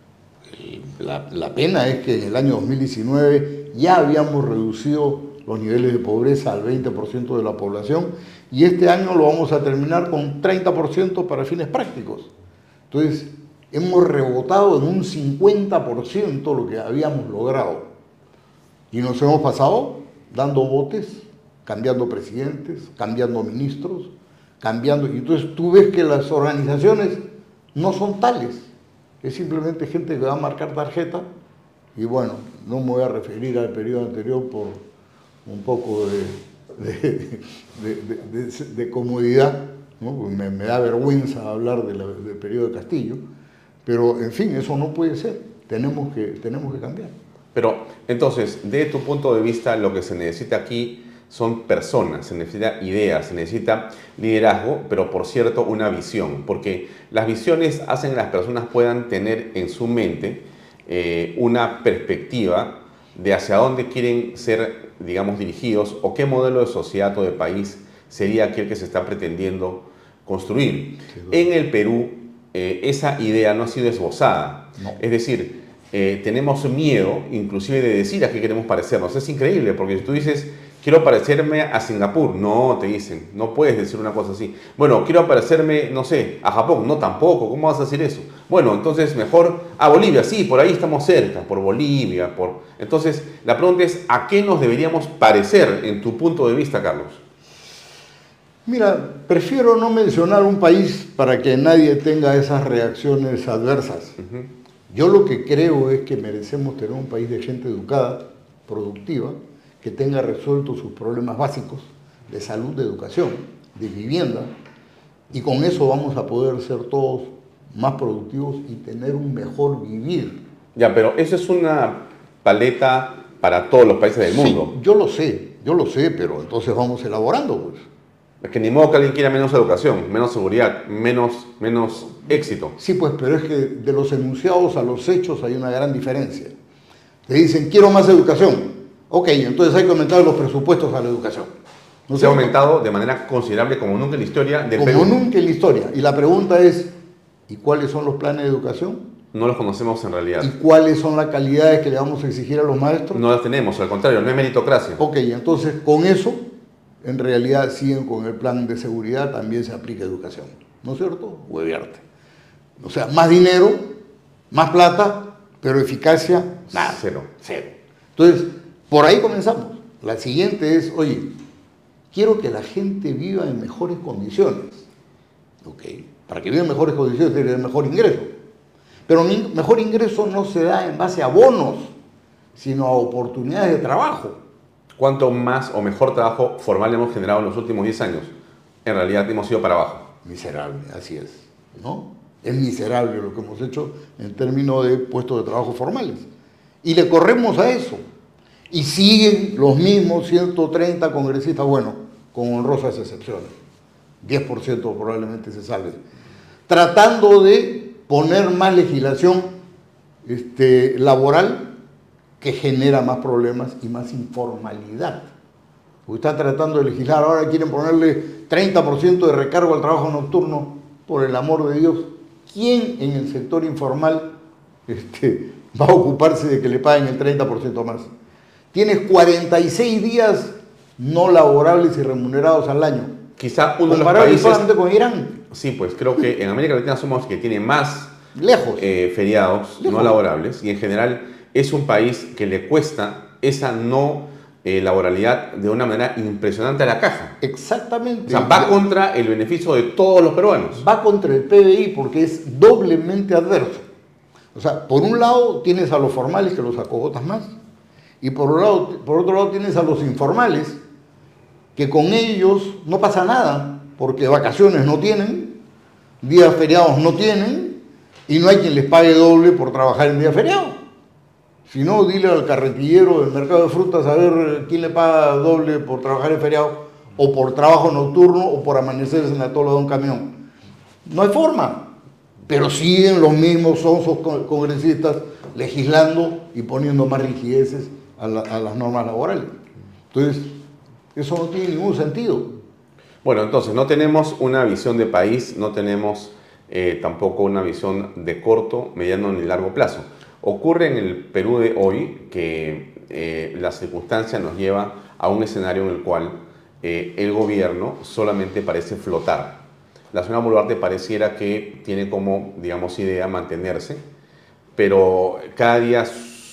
La, la pena es que en el año dos mil diecinueve ya habíamos reducido los niveles de pobreza al veinte por ciento de la población y este año lo vamos a terminar con treinta por ciento para fines prácticos. Entonces, hemos rebotado en un cincuenta por ciento lo que habíamos logrado y nos hemos pasado dando botes, cambiando presidentes, cambiando ministros, cambiando... Y entonces tú ves que las organizaciones no son tales, es simplemente gente que va a marcar tarjeta y bueno, no me voy a referir al periodo anterior por un poco de, de, de, de, de, de comodidad, ¿no? me, me da vergüenza hablar de la, del periodo de Castillo, pero en fin, eso no puede ser, tenemos que, tenemos que cambiar.
Pero entonces, de tu punto de vista, lo que se necesita aquí son personas, se necesita ideas, se necesita liderazgo, pero por cierto una visión, porque las visiones hacen que las personas puedan tener en su mente eh, una perspectiva de hacia dónde quieren ser, digamos, dirigidos o qué modelo de sociedad o de país sería aquel que se está pretendiendo construir. Sí, en el Perú, eh, esa idea no ha sido esbozada, no. Es decir, eh, tenemos miedo inclusive de decir a qué queremos parecernos. Es increíble, porque si tú dices quiero parecerme a Singapur, no, te dicen, no puedes decir una cosa así. Bueno, quiero parecerme, no sé, a Japón, no, tampoco, ¿cómo vas a decir eso? Bueno, entonces mejor a Bolivia, sí, por ahí estamos cerca, por Bolivia, por... Entonces, la pregunta es, ¿a qué nos deberíamos parecer en tu punto de vista, Carlos?
Mira, prefiero no mencionar un país para que nadie tenga esas reacciones adversas. Uh-huh. Yo lo que creo es que merecemos tener un país de gente educada, productiva, que tenga resueltos sus problemas básicos de salud, de educación, de vivienda, Y con eso vamos a poder ser todos más productivos y tener un mejor vivir.
Ya, pero eso es una paleta para todos los países del mundo.
Sí, yo lo sé, yo lo sé, pero entonces vamos elaborando, pues.
Es que ni modo que alguien quiera menos educación, menos seguridad, menos, menos éxito.
Sí, pues, pero es que de los enunciados a los hechos hay una gran diferencia. Te dicen, quiero más educación. Ok, entonces hay que aumentar los presupuestos a la educación.
¿No se ha aumentado de manera considerable como nunca en la historia del
como
Perú?
Como nunca en la historia. Y la pregunta es, ¿y cuáles son los planes de educación?
No los conocemos en realidad.
¿Y cuáles son las calidades que le vamos a exigir a los maestros?
No las tenemos, al contrario, no es meritocracia.
Ok, entonces con eso, en realidad siguen con el plan de seguridad, también se aplica educación. ¿No es cierto? Huevearte. O sea, más dinero, más plata, pero eficacia, nada.
Cero.
Cero. Entonces, por ahí comenzamos. La siguiente es, oye, quiero que la gente viva en mejores condiciones. Ok, para que viva en mejores condiciones tiene que tener mejor ingreso. Pero mi mejor ingreso no se da en base a bonos, sino a oportunidades de trabajo.
¿Cuánto más o mejor trabajo formal hemos generado en los últimos diez años? En realidad hemos ido para abajo.
Miserable, así es, ¿no? Es miserable lo que hemos hecho en términos de puestos de trabajo formales. Y le corremos a eso. Y siguen los mismos ciento treinta congresistas, bueno, con honrosas excepciones. diez por ciento probablemente se salve. Tratando de poner más legislación este, laboral que genera más problemas y más informalidad. Porque están tratando de legislar, ahora quieren ponerle treinta por ciento de recargo al trabajo nocturno, por el amor de Dios. ¿Quién en el sector informal este, va a ocuparse de que le paguen el treinta por ciento más? Tienes cuarenta y seis días no laborables y remunerados al año.
Quizá uno de los países...
solamente con Irán.
Sí, pues creo que en América Latina somos que tiene más
lejos
eh, feriados lejos. no laborables, y en general es un país que le cuesta esa no eh, laboralidad de una manera impresionante a la caja.
Exactamente.
O sea, va contra el beneficio de todos los peruanos.
Va contra el P B I porque es doblemente adverso. O sea, por un lado tienes a los formales que los acogotas más, y por, un lado, por otro lado tienes a los informales que con ellos no pasa nada, porque vacaciones no tienen, días feriados no tienen, y no hay quien les pague doble por trabajar en día feriado. Si no, dile al carretillero del mercado de frutas a ver quién le paga doble por trabajar en feriado, o por trabajo nocturno, o por amanecerse en la tola de un camión. No hay forma, pero siguen los mismos sonsos congresistas legislando y poniendo más rigideces a, la, a las normas laborales. Entonces, eso no tiene ningún sentido.
Bueno, entonces no tenemos una visión de país, no tenemos eh, tampoco una visión de corto, mediano ni largo plazo. Ocurre en el Perú de hoy que eh, la circunstancia nos lleva a un escenario en el cual eh, el gobierno solamente parece flotar. La señora Boluarte pareciera que tiene como, digamos, idea mantenerse, pero cada día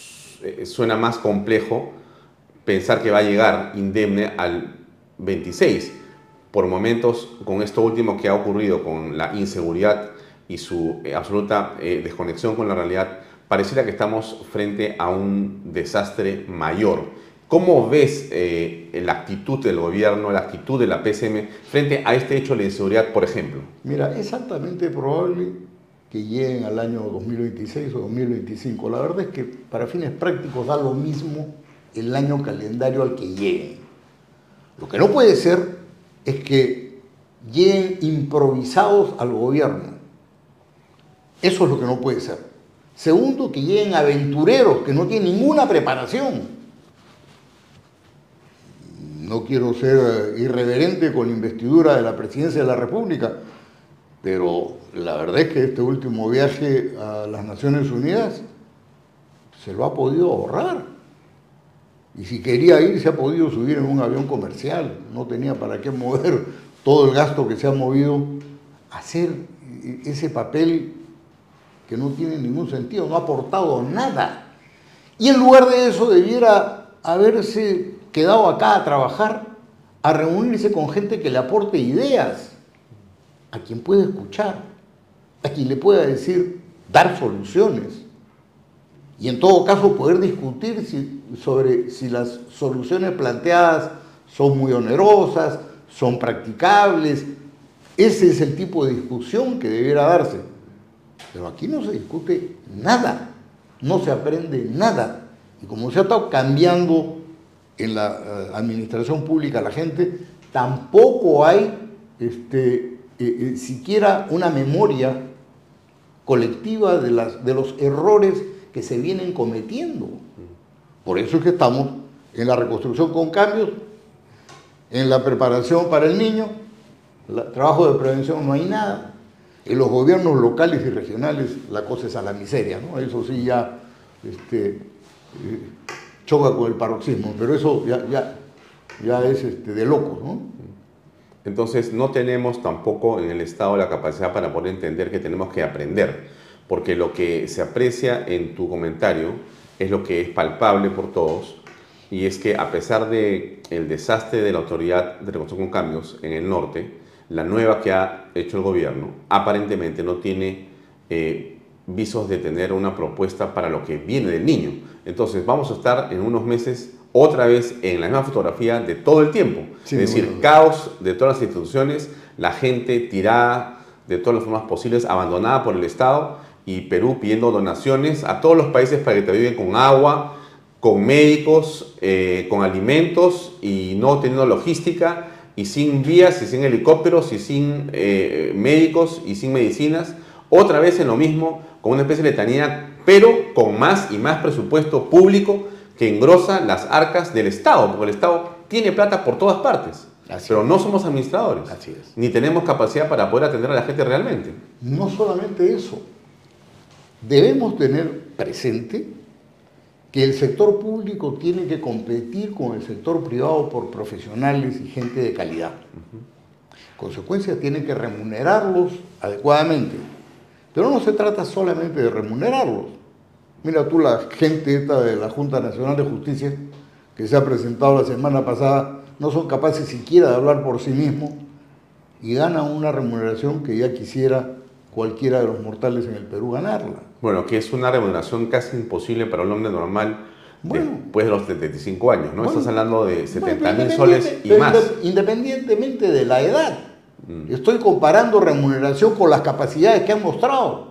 suena más complejo pensar que va a llegar indemne al veintiséis. Por momentos, con esto último que ha ocurrido, con la inseguridad y su eh, absoluta eh, desconexión con la realidad, pareciera que estamos frente a un desastre mayor. ¿Cómo ves eh, la actitud del gobierno, la actitud de la P C M frente a este hecho de la inseguridad, por ejemplo?
Mira, es altamente probable que lleguen al año dos mil veintiséis o dos mil veinticinco. La verdad es que para fines prácticos da lo mismo el año calendario al que lleguen. Lo que no puede ser es que lleguen improvisados al gobierno. Eso es lo que no puede ser. Segundo, que lleguen aventureros que no tienen ninguna preparación. No quiero ser irreverente con la investidura de la presidencia de la República, pero la verdad es que este último viaje a las Naciones Unidas se lo ha podido ahorrar. Y si quería ir, se ha podido subir en un avión comercial. No tenía para qué mover todo el gasto que se ha movido a hacer ese papel que no tiene ningún sentido, no ha aportado nada. Y en lugar de eso debiera haberse quedado acá a trabajar, a reunirse con gente que le aporte ideas, a quien pueda escuchar, a quien le pueda decir, dar soluciones. Y en todo caso poder discutir si, sobre si las soluciones planteadas son muy onerosas, son practicables, Ese es el tipo de discusión que debiera darse. Pero aquí no se discute nada, no se aprende nada. Y como se ha estado cambiando en la uh, administración pública la gente, tampoco hay este, eh, eh, siquiera una memoria colectiva de, las, de los errores que se vienen cometiendo. Por eso es que estamos en la reconstrucción con cambios, en la preparación para el niño, el trabajo de prevención no hay nada. En los gobiernos locales y regionales la cosa es a la miseria, ¿no? Eso sí ya este, eh, choca con el paroxismo, pero eso ya, ya, ya es este, de locos, ¿no?
Entonces no tenemos tampoco en el Estado la capacidad para poder entender que tenemos que aprender, porque lo que se aprecia en tu comentario es lo que es palpable por todos, y es que a pesar del desastre de la Autoridad de Reconstrucción con Cambios en el norte, la nueva que ha hecho el gobierno aparentemente no tiene eh, visos de tener una propuesta para lo que viene del niño. Entonces vamos a estar en unos meses otra vez en la misma fotografía de todo el tiempo. Sí, es decir, bueno. Caos de todas las instituciones, la gente tirada de todas las formas posibles, abandonada por el Estado, y Perú pidiendo donaciones a todos los países para que te ayuden con agua, con médicos, eh, con alimentos, y no teniendo logística, y sin vías, y sin helicópteros, y sin eh, médicos, y sin medicinas. Otra vez en lo mismo, con una especie de letanía, pero con más y más presupuesto público que engrosa las arcas del Estado, porque el Estado tiene plata por todas partes. Así pero es. No somos administradores.
Así es.
Ni tenemos capacidad para poder atender a la gente realmente.
No solamente eso. Debemos tener presente que el sector público tiene que competir con el sector privado por profesionales y gente de calidad. Uh-huh. Consecuencia, tiene que remunerarlos adecuadamente. Pero no se trata solamente de remunerarlos. Mira tú la gente esta de la Junta Nacional de Justicia que se ha presentado la semana pasada, no son capaces siquiera de hablar por sí mismos y ganan una remuneración que ya quisiera cualquiera de los mortales en el Perú ganarla.
Bueno, que es una remuneración casi imposible para un hombre normal bueno, después de los setenta y cinco años, ¿no? Bueno, Estás hablando de setenta mil bueno, soles y más.
Independientemente de la edad. Mm. Estoy comparando remuneración con las capacidades que han mostrado.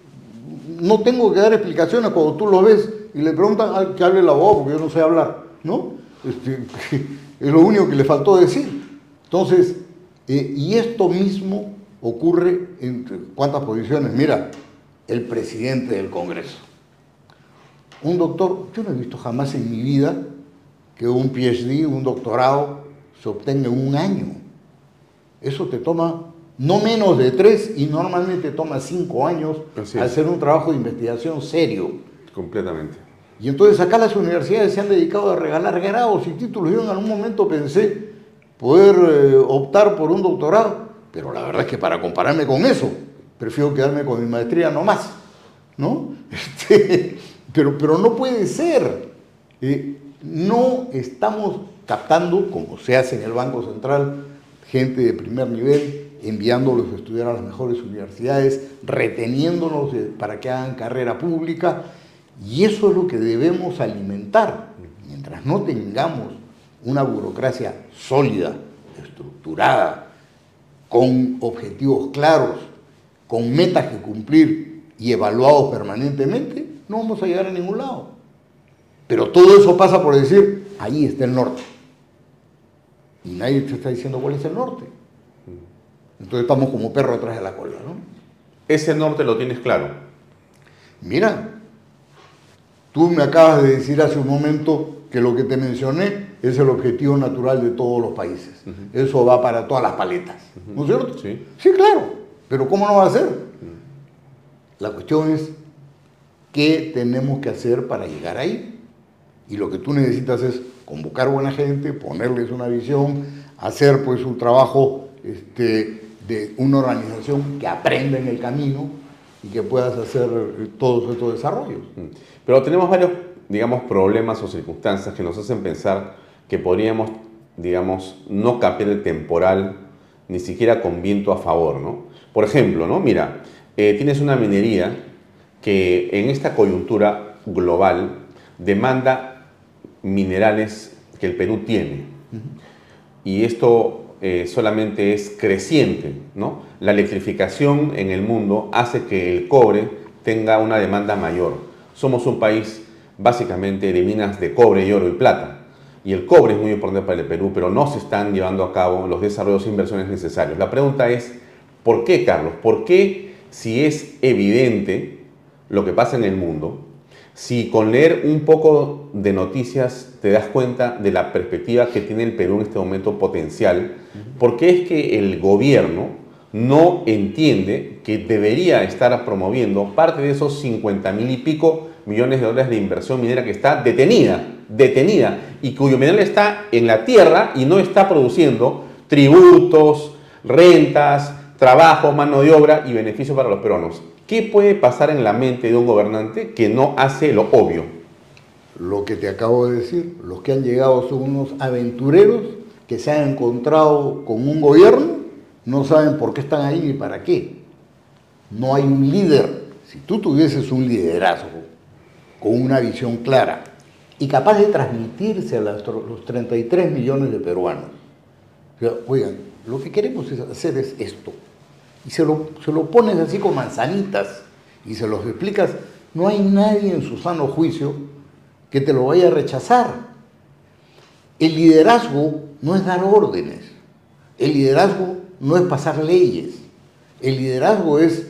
No tengo que dar explicaciones cuando tú lo ves y le preguntan ah, que hable el abogado porque yo no sé hablar, ¿no? Este, es lo único que le faltó decir. Entonces, eh, y esto mismo ocurre en cuántas posiciones. Mira, el presidente del Congreso. Un doctor, yo no he visto jamás en mi vida que un P H D, un doctorado, se obtenga en un año. Eso te toma no menos de tres y normalmente toma cinco años hacer un trabajo de investigación serio.
Completamente.
Y entonces acá las universidades se han dedicado a regalar grados y títulos. Yo en algún momento pensé poder eh, optar por un doctorado, pero la verdad es que para compararme con eso, prefiero quedarme con mi maestría nomás, ¿no? Este, pero, pero no puede ser. Eh, no estamos captando, como se hace en el Banco Central, gente de primer nivel, enviándolos a estudiar a las mejores universidades, reteniéndolos para que hagan carrera pública, y eso es lo que debemos alimentar. Mientras no tengamos una burocracia sólida, estructurada, con objetivos claros, con metas que cumplir y evaluados permanentemente, no vamos a llegar a ningún lado. Pero todo eso pasa por decir, ahí está el norte. Y nadie te está diciendo cuál es el norte. Entonces estamos como perro atrás de la cola, ¿no?
Ese norte lo tienes claro.
Mira, tú me acabas de decir hace un momento que lo que te mencioné es el objetivo natural de todos los países. Uh-huh. Eso va para todas las paletas, uh-huh. ¿no es cierto?
Sí.
Sí, claro, pero ¿cómo no va a ser? Uh-huh. La cuestión es qué tenemos que hacer para llegar ahí. Y lo que tú necesitas es convocar buena gente, ponerles una visión, hacer pues un trabajo este, de una organización que aprenda en el camino y que puedas hacer todos estos desarrollos.
Pero tenemos varios, digamos, problemas o circunstancias que nos hacen pensar que podríamos, digamos, no cambiar el temporal ni siquiera con viento a favor, ¿no? Por ejemplo, ¿no? Mira, eh, tienes una minería que en esta coyuntura global demanda minerales que el Perú tiene. Uh-huh. Y esto eh, solamente es creciente, ¿no? La electrificación en el mundo hace que el cobre tenga una demanda mayor. Somos un país básicamente de minas de cobre y oro y plata. Y el cobre es muy importante para el Perú, pero no se están llevando a cabo los desarrollos e inversiones necesarios. La pregunta es, ¿por qué, Carlos? ¿Por qué, si es evidente lo que pasa en el mundo, si con leer un poco de noticias te das cuenta de la perspectiva que tiene el Perú en este momento potencial, por qué es que el gobierno no entiende que debería estar promoviendo parte de esos cincuenta mil y pico millones de dólares de inversión minera que está detenida, detenida, y cuyo mineral está en la tierra y no está produciendo tributos, rentas, trabajo, mano de obra y beneficios para los peruanos? ¿Qué puede pasar en la mente de un gobernante que no hace lo obvio?
Lo que te acabo de decir, los que han llegado son unos aventureros que se han encontrado con un gobierno, no saben por qué están ahí ni para qué. No hay un líder. Si tú tuvieses un liderazgo con una visión clara y capaz de transmitirse a los treinta y tres millones de peruanos, o sea, oigan, lo que queremos hacer es esto, y se lo, se lo pones así con manzanitas y se los explicas, no hay nadie en su sano juicio que te lo vaya a rechazar. El liderazgo no es dar órdenes, el liderazgo no es pasar leyes, el liderazgo es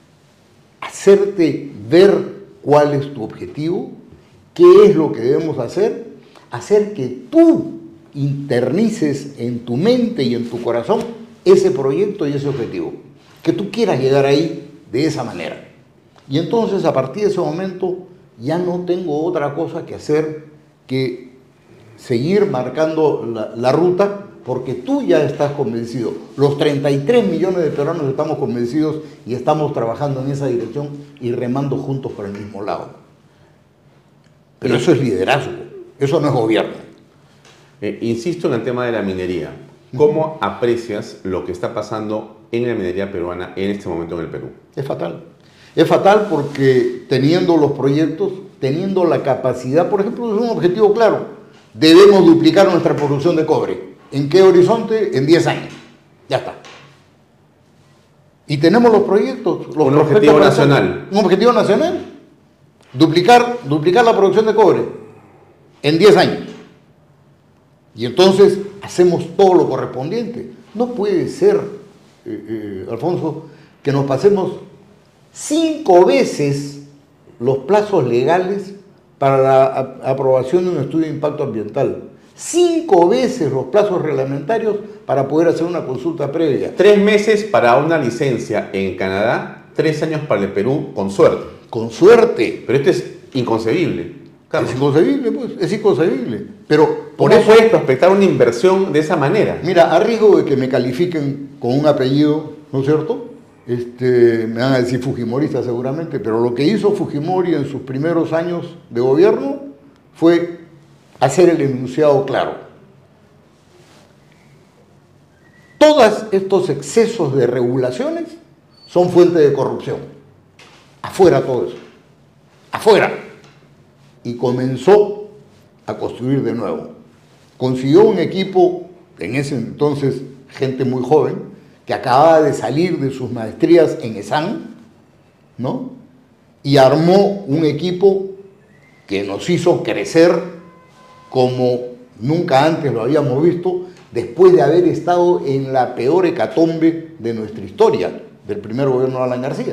hacerte ver cuál es tu objetivo, qué es lo que debemos hacer, hacer que tú internices en tu mente y en tu corazón ese proyecto y ese objetivo, que tú quieras llegar ahí de esa manera. Y entonces a partir de ese momento ya no tengo otra cosa que hacer que seguir marcando la, la ruta, porque tú ya estás convencido. Los treinta y tres millones de peruanos estamos convencidos y estamos trabajando en esa dirección y remando juntos por el mismo lado. Pero eso es liderazgo, eso no es gobierno.
Eh, insisto en el tema de la minería. ¿Cómo aprecias lo que está pasando en la minería peruana en este momento en el Perú?
Es fatal. Es fatal porque teniendo los proyectos, teniendo la capacidad, por ejemplo, es un objetivo claro. Debemos duplicar nuestra producción de cobre. ¿En qué horizonte? En diez años. Ya está. Y tenemos los proyectos. Los
un objetivo nacional.
Un objetivo nacional. Duplicar, duplicar la producción de cobre en diez años. Y entonces hacemos todo lo correspondiente. No puede ser, eh, eh, Alfonso, que nos pasemos cinco veces los plazos legales para la aprobación de un estudio de impacto ambiental. Cinco veces los plazos reglamentarios para poder hacer una consulta previa.
Tres meses para una licencia en Canadá, tres años para el Perú, con suerte.
Con suerte.
Pero esto es inconcebible.
Carlos. Es inconcebible, pues, es inconcebible. Pero
por eso puedes prospectar una inversión de esa manera.
Mira, a riesgo de que me califiquen con un apellido, ¿no es cierto? Este, me van a decir fujimorista seguramente, pero lo que hizo Fujimori en sus primeros años de gobierno fue hacer el enunciado claro. Todos estos excesos de regulaciones son fuente de corrupción. Afuera todo eso. Afuera. Y comenzó a construir de nuevo. Consiguió un equipo, en ese entonces gente muy joven, que acababa de salir de sus maestrías en ESAN, ¿no? Y armó un equipo que nos hizo crecer como nunca antes lo habíamos visto, después de haber estado en la peor hecatombe de nuestra historia, del primer gobierno de Alan García.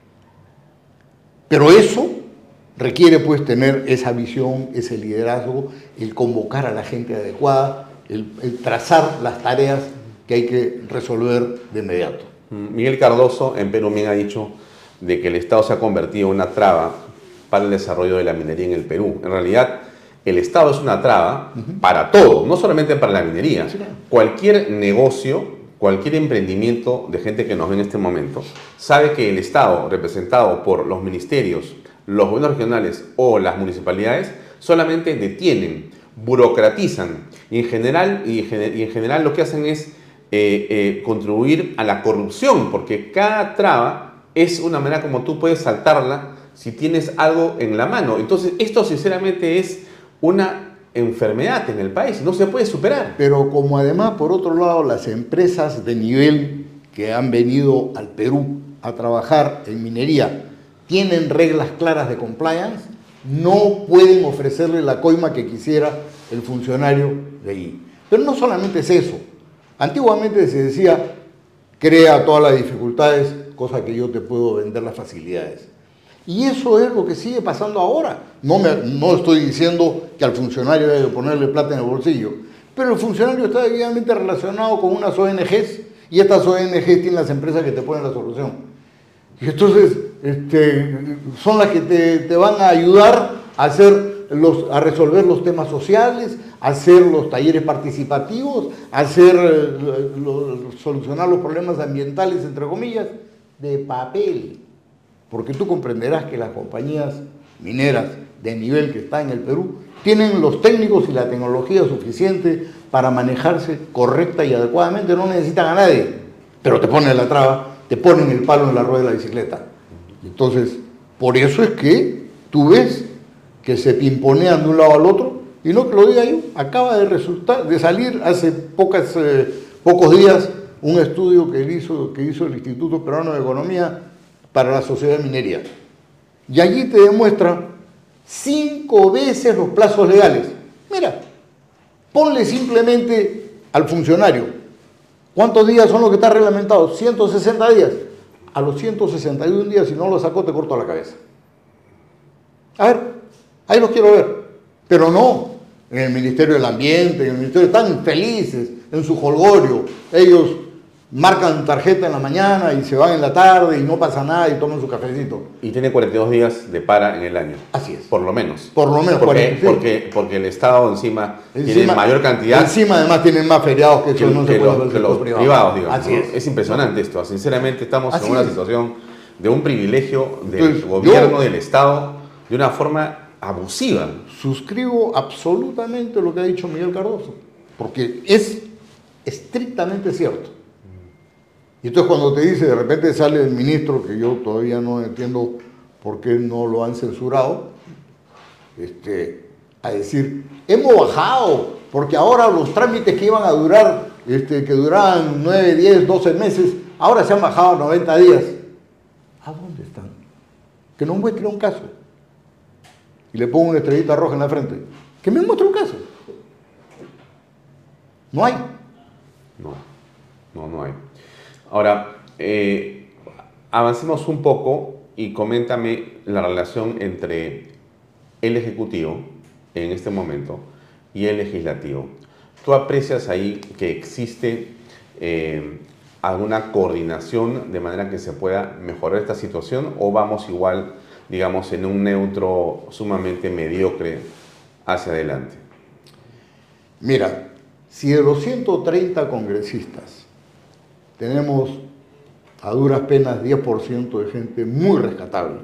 Pero eso requiere pues tener esa visión, ese liderazgo, el convocar a la gente adecuada, el, el trazar las tareas que hay que resolver de inmediato.
Miguel Cardoso en Perú ha dicho de que el Estado se ha convertido en una traba para el desarrollo de la minería en el Perú. En realidad, el Estado es una traba uh-huh. para todo, no solamente para la minería. Sí, claro. Cualquier negocio, cualquier emprendimiento de gente que nos ve en este momento, sabe que el Estado, representado por los ministerios, los gobiernos regionales o las municipalidades, solamente detienen, burocratizan y en general, y en general lo que hacen es Eh, eh, contribuir a la corrupción, porque cada traba es una manera como tú puedes saltarla si tienes algo en la mano. Entonces esto sinceramente es una enfermedad en el país, no se puede superar.
Pero como además, por otro lado, las empresas de nivel que han venido al Perú a trabajar en minería tienen reglas claras de compliance, no pueden ofrecerle la coima que quisiera el funcionario de ahí. Pero no solamente es eso. Antiguamente se decía, crea todas las dificultades, cosa que yo te puedo vender las facilidades. Y eso es lo que sigue pasando ahora. No, me, no estoy diciendo que al funcionario hay que ponerle plata en el bolsillo, pero el funcionario está debidamente relacionado con unas O N Ges y estas O N Ges tienen las empresas que te ponen la solución. Y entonces este, son las que te, te van a ayudar a, hacer los, a resolver los temas sociales, a hacer los talleres participativos, a hacer, lo, solucionar los problemas ambientales, entre comillas, de papel. Porque tú comprenderás que las compañías mineras de nivel que está en el Perú tienen los técnicos y la tecnología suficiente para manejarse correcta y adecuadamente, no necesitan a nadie, pero te ponen la traba, te ponen el palo en la rueda de la bicicleta. Entonces, por eso es que tú ves que se pimponean de un lado al otro, y no que lo diga yo, acaba de, resultar, de salir hace pocas, eh, pocos días un estudio que hizo, que hizo el Instituto Peruano de Economía para la sociedad de minería. Y allí te demuestra cinco veces los plazos legales. Mira, ponle simplemente al funcionario, ¿cuántos días son los que están reglamentados? ciento sesenta días. A los ciento sesenta y un días, si no lo sacó, te corto la cabeza. A ver, ahí los quiero ver. Pero no, en el Ministerio del Ambiente, en el Ministerio, están felices, en su jolgorio. Ellos marcan tarjeta en la mañana y se van en la tarde y no pasa nada y toman su cafecito.
Y tiene cuarenta y dos días de para en el año.
Así es.
Por lo menos.
Por lo menos.
Porque,
cuarenta, sí.
porque, porque el Estado encima,
encima
tiene mayor cantidad.
Encima además tienen más feriados que, que eso no
que
se puede
los,
hacer
que los
privado.
privados, digamos.
Así
¿no?
es.
Es impresionante esto. Sinceramente estamos
Así
en una
es.
situación de un privilegio del
Entonces,
gobierno,
yo,
del Estado, de una forma abusiva.
Suscribo absolutamente lo que ha dicho Miguel Cardoso, porque es estrictamente cierto. Y entonces cuando te dice, de repente sale el ministro, que yo todavía no entiendo por qué no lo han censurado, este, a decir, hemos bajado, porque ahora los trámites que iban a durar, este, que duraban nueve, diez, doce meses, ahora se han bajado a noventa días. ¿A dónde están? Que no muestre un caso. Y le pongo una estrellita roja en la frente. Que me muestre un caso. No hay.
No, no, no hay. Ahora, eh, avancemos un poco y coméntame la relación entre el Ejecutivo en este momento y el Legislativo. ¿Tú aprecias ahí que existe eh, alguna coordinación de manera que se pueda mejorar esta situación o vamos igual, digamos, en un neutro sumamente mediocre hacia adelante?
Mira, si de los ciento treinta congresistas tenemos a duras penas diez por ciento de gente muy rescatable,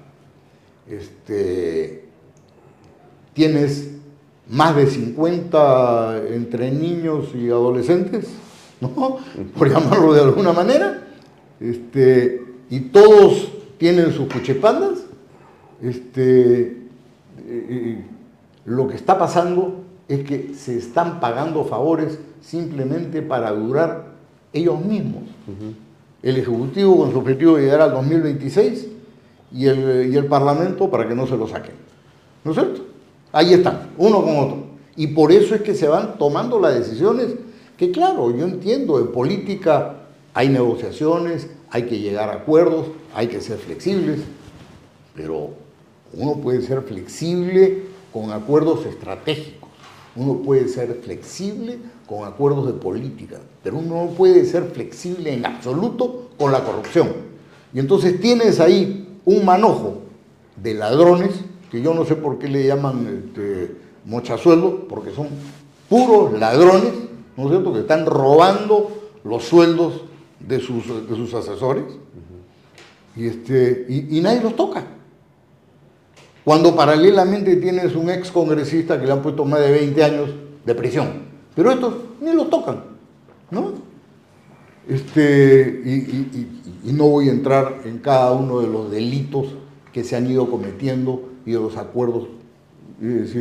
este, tienes más de cincuenta entre niños y adolescentes, ¿no? Por llamarlo de alguna manera, este, y todos tienen sus cuchipandas, este, eh, lo que está pasando es que se están pagando favores simplemente para durar ellos mismos. Uh-huh. El Ejecutivo con su objetivo de llegar al dos mil veintiséis y el, y el Parlamento para que no se lo saquen. ¿No es cierto? Ahí están, uno con otro. Y por eso es que se van tomando las decisiones que, claro, yo entiendo, en política hay negociaciones, hay que llegar a acuerdos, hay que ser flexibles, pero uno puede ser flexible con acuerdos estratégicos, uno puede ser flexible con acuerdos de política, pero uno no puede ser flexible en absoluto con la corrupción. Y entonces tienes ahí un manojo de ladrones, que yo no sé por qué le llaman este, mochasueldos, porque son puros ladrones, ¿no es cierto?, que están robando los sueldos de sus, de sus asesores, uh-huh. y, este, y, y nadie los toca. Cuando paralelamente tienes un ex congresista que le han puesto más de veinte años de prisión. Pero estos ni los tocan, ¿no? Este, y, y, y, y no voy a entrar en cada uno de los delitos que se han ido cometiendo y de los acuerdos, es decir,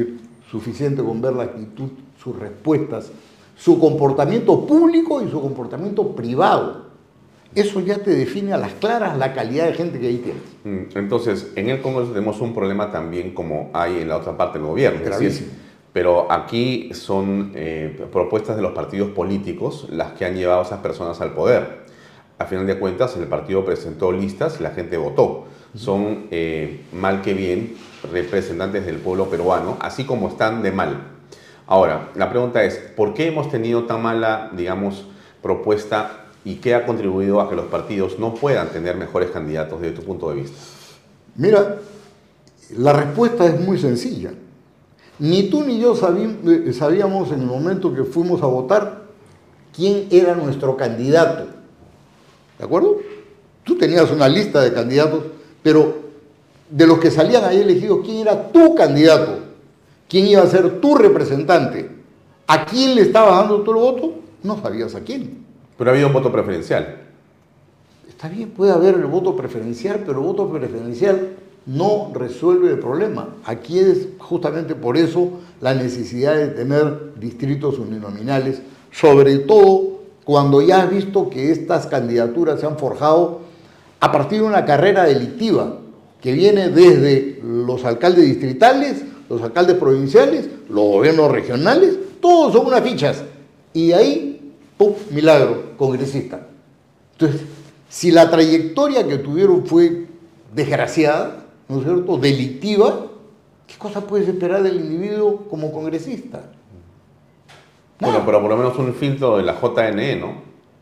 suficiente con ver la actitud, sus respuestas, su comportamiento público y su comportamiento privado. Eso ya te define a las claras la calidad de gente que ahí tienes.
Entonces, en el Congreso tenemos un problema también como hay en la otra parte del gobierno. Es decir,
Gravísimo.
pero aquí son eh, propuestas de los partidos políticos las que han llevado a esas personas al poder. A final de cuentas, el partido presentó listas y la gente votó. Son, eh, mal que bien, representantes del pueblo peruano, así como están de mal. Ahora, la pregunta es, ¿por qué hemos tenido tan mala, digamos, propuesta y qué ha contribuido a que los partidos no puedan tener mejores candidatos desde tu punto de vista?
Mira, la respuesta es muy sencilla. Ni tú ni yo sabí, sabíamos en el momento que fuimos a votar quién era nuestro candidato. ¿De acuerdo? Tú tenías una lista de candidatos, pero de los que salían ahí elegidos, ¿quién era tu candidato? ¿Quién iba a ser tu representante? ¿A quién le estabas dando tu voto? No sabías a quién.
Pero ha habido un voto preferencial.
Está bien, puede haber el voto preferencial, pero el voto preferencial no resuelve el problema. Aquí es justamente por eso la necesidad de tener distritos uninominales, sobre todo cuando ya has visto que estas candidaturas se han forjado a partir de una carrera delictiva que viene desde los alcaldes distritales, los alcaldes provinciales, los gobiernos regionales, todos son unas fichas. Y de ahí, ¡pum!, milagro, congresista. Entonces, si la trayectoria que tuvieron fue desgraciada, ¿no es cierto?, delictiva, ¿qué cosa puedes esperar del individuo como congresista?
Bueno, no. Pero por lo menos un filtro de la J N E, ¿no?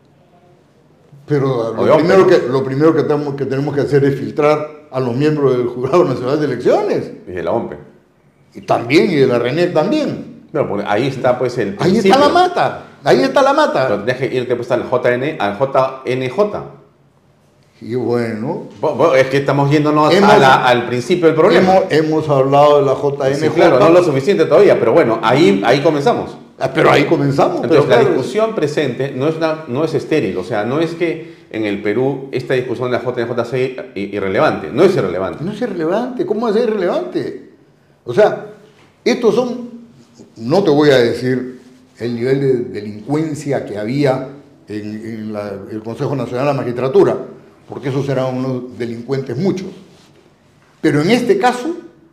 Pero lo primero, que, lo primero que, tenemos, que tenemos que hacer es filtrar a los miembros del Jurado Nacional de Elecciones.
Y de la O M P E.
Y también, y de la RENEC también.
Pero porque ahí está pues el
Ahí principio. está la mata, ahí está la mata.
Pero tienes que irte pues al J N, al J N J.
Y bueno...
Es que estamos yéndonos hemos, a la, al principio del problema.
Hemos, hemos hablado de la J N J.
Sí, claro, no lo suficiente todavía, pero bueno, ahí, ahí comenzamos.
Ah, pero ahí comenzamos.
Entonces,
pero
la
claro,
discusión presente no es, una, no es estéril, o sea, no es que en el Perú esta discusión de la J N J sea irrelevante, no es irrelevante.
No es irrelevante, ¿cómo va a ser irrelevante? O sea, estos son, no te voy a decir el nivel de delincuencia que había en, en la, el Consejo Nacional de la Magistratura, porque esos eran unos delincuentes muchos. Pero en este caso,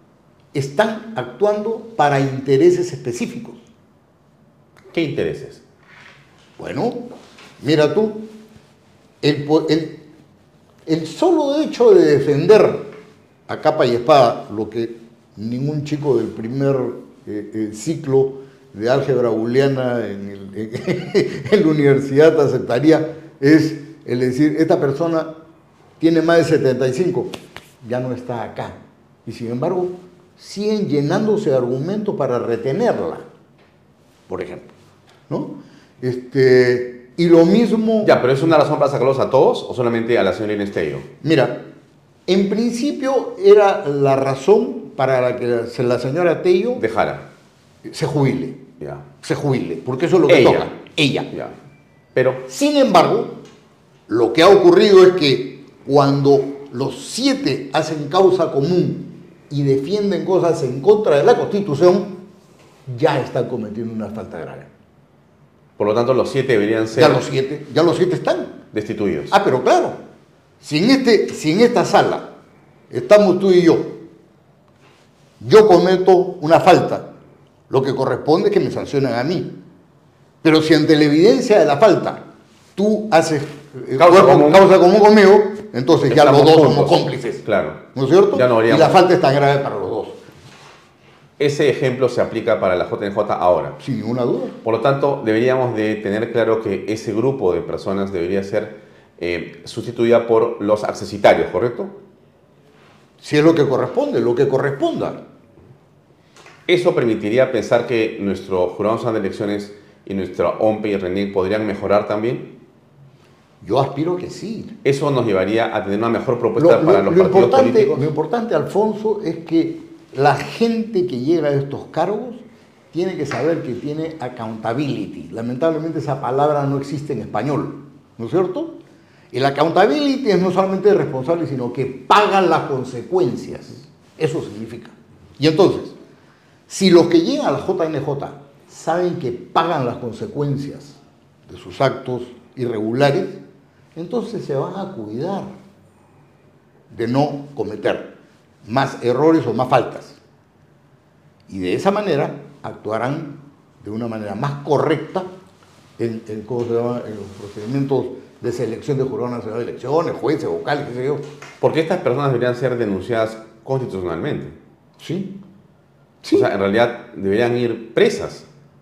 están actuando para intereses específicos.
¿Qué intereses?
Bueno, mira tú, el, el, el solo hecho de defender a capa y espada lo que ningún chico del primer eh, eh, ciclo de álgebra booleana en, el, en, en la universidad aceptaría es el decir, esta persona tiene más de setenta y cinco, ya no está acá. Y sin embargo, siguen llenándose de argumentos para retenerla, por ejemplo. ¿No? Este, y lo mismo...
Ya, pero ¿es una razón para sacarlos a todos o solamente a la señora Inés Tello?
Mira, en principio era la razón para la que la señora Tello...
Dejara.
Se jubile.
Ya.
Se jubile, porque eso es lo que
Ella.
toca. Ella.
Ya. Pero...
Sin embargo, lo que ha ocurrido es que cuando los siete hacen causa común y defienden cosas en contra de la Constitución, ya están cometiendo una falta grave.
Por lo tanto, los siete deberían ser...
Ya los siete, ya los siete están.
Destituidos.
Ah, pero claro, si en, este, si en esta sala estamos tú y yo, yo cometo una falta, lo que corresponde es que me sancionen a mí. Pero si ante la evidencia de la falta tú haces
causa,
cuerpo,
común.
causa común conmigo, entonces ya los dos
juntos.
somos cómplices.
Claro.
¿No es cierto?
Ya no
y la falta es tan grave para los dos.
Ese ejemplo se aplica para la J N J ahora.
Sin ninguna duda.
Por lo tanto, deberíamos de tener claro que ese grupo de personas debería ser eh, sustituida por los accesitarios, ¿correcto?
Si es lo que corresponde, lo que corresponda.
¿Eso permitiría pensar que nuestro Jurado Nacional de Elecciones y nuestra O M P E y RENIEC podrían mejorar también?
Yo aspiro que sí.
¿Eso nos llevaría a tener una mejor propuesta
lo,
para
lo,
los
lo
partidos
importante,
políticos?
Lo importante, Alfonso, es que la gente que llega a estos cargos tiene que saber que tiene accountability. Lamentablemente esa palabra no existe en español, ¿no es cierto? El accountability es no solamente responsable, sino que paga las consecuencias. Eso significa. Y entonces, Si los que llegan a la J N J saben que pagan las consecuencias de sus actos irregulares, entonces se van a cuidar de no cometer más errores o más faltas. Y de esa manera actuarán de una manera más correcta en, en, ¿cómo se llama? En los procedimientos de selección de Jurado Nacional de Elecciones, jueces, vocales, qué sé yo.
Porque estas personas deberían ser denunciadas constitucionalmente.
Sí.
sí. O sea, en realidad deberían ir presas.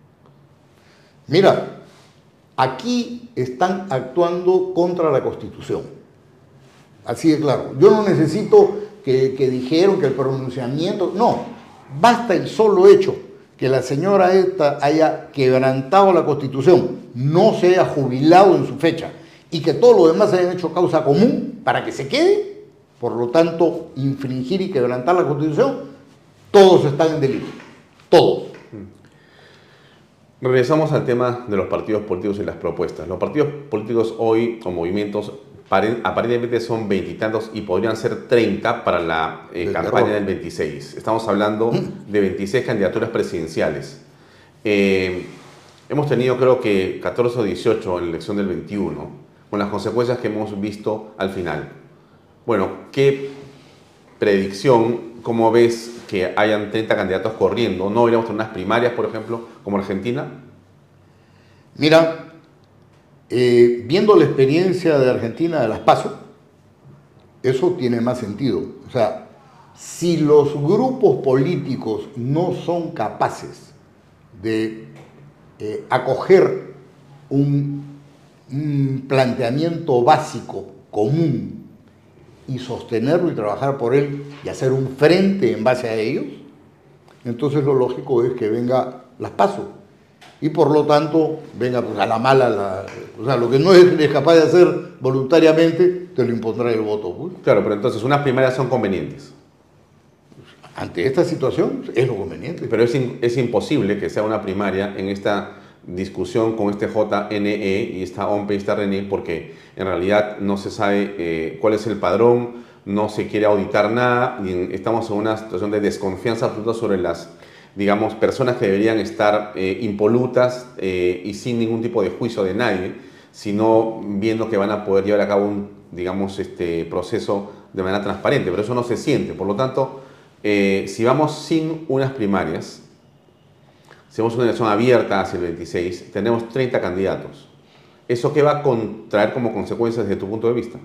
Mira, aquí están actuando contra la Constitución. Así de claro. Yo no necesito que, que dijeron que el pronunciamiento... No, basta el solo hecho que la señora esta haya quebrantado la Constitución, no se haya jubilado en su fecha y que todos los demás hayan hecho causa común para que se quede. Por lo tanto, infringir y quebrantar la Constitución, todos están en delito. Todos.
Regresamos al tema de los partidos políticos y las propuestas. Los partidos políticos hoy, o movimientos, aparentemente son veintitantos y podrían ser treinta para la eh, campaña del veintiséis. Estamos hablando de veintiséis candidaturas presidenciales. Eh, hemos tenido creo que catorce o dieciocho en la elección del veintiuno, con las consecuencias que hemos visto al final. Bueno, ¿qué predicción, cómo ves que hayan treinta candidatos corriendo? ¿No deberíamos tener unas primarias, por ejemplo, como Argentina?
Mira, Eh, viendo la experiencia de Argentina de las PASO, eso tiene más sentido. O sea, si los grupos políticos no son capaces de eh, acoger un, un planteamiento básico, común, y sostenerlo y trabajar por él y hacer un frente en base a ellos, entonces lo lógico es que venga las PASO. Y por lo tanto, venga pues a la mala, la, o sea, lo que no es capaz de hacer voluntariamente, te lo impondrá el voto. Pues.
Claro, pero entonces unas primarias son convenientes.
Ante esta situación es lo conveniente.
Pero es, in, es imposible que sea una primaria en esta discusión con este J N E y esta O M P y esta R N E, porque en realidad no se sabe eh, cuál es el padrón, no se quiere auditar nada, y estamos en una situación de desconfianza absoluta sobre las, digamos, personas que deberían estar eh, impolutas eh, y sin ningún tipo de juicio de nadie, sino viendo que van a poder llevar a cabo un, digamos, este proceso de manera transparente, pero eso no se siente. Por lo tanto, eh, si vamos sin unas primarias, si vamos a una elección abierta hacia el veintiséis, tenemos treinta candidatos. ¿Eso qué va a traer como consecuencias desde tu punto de vista?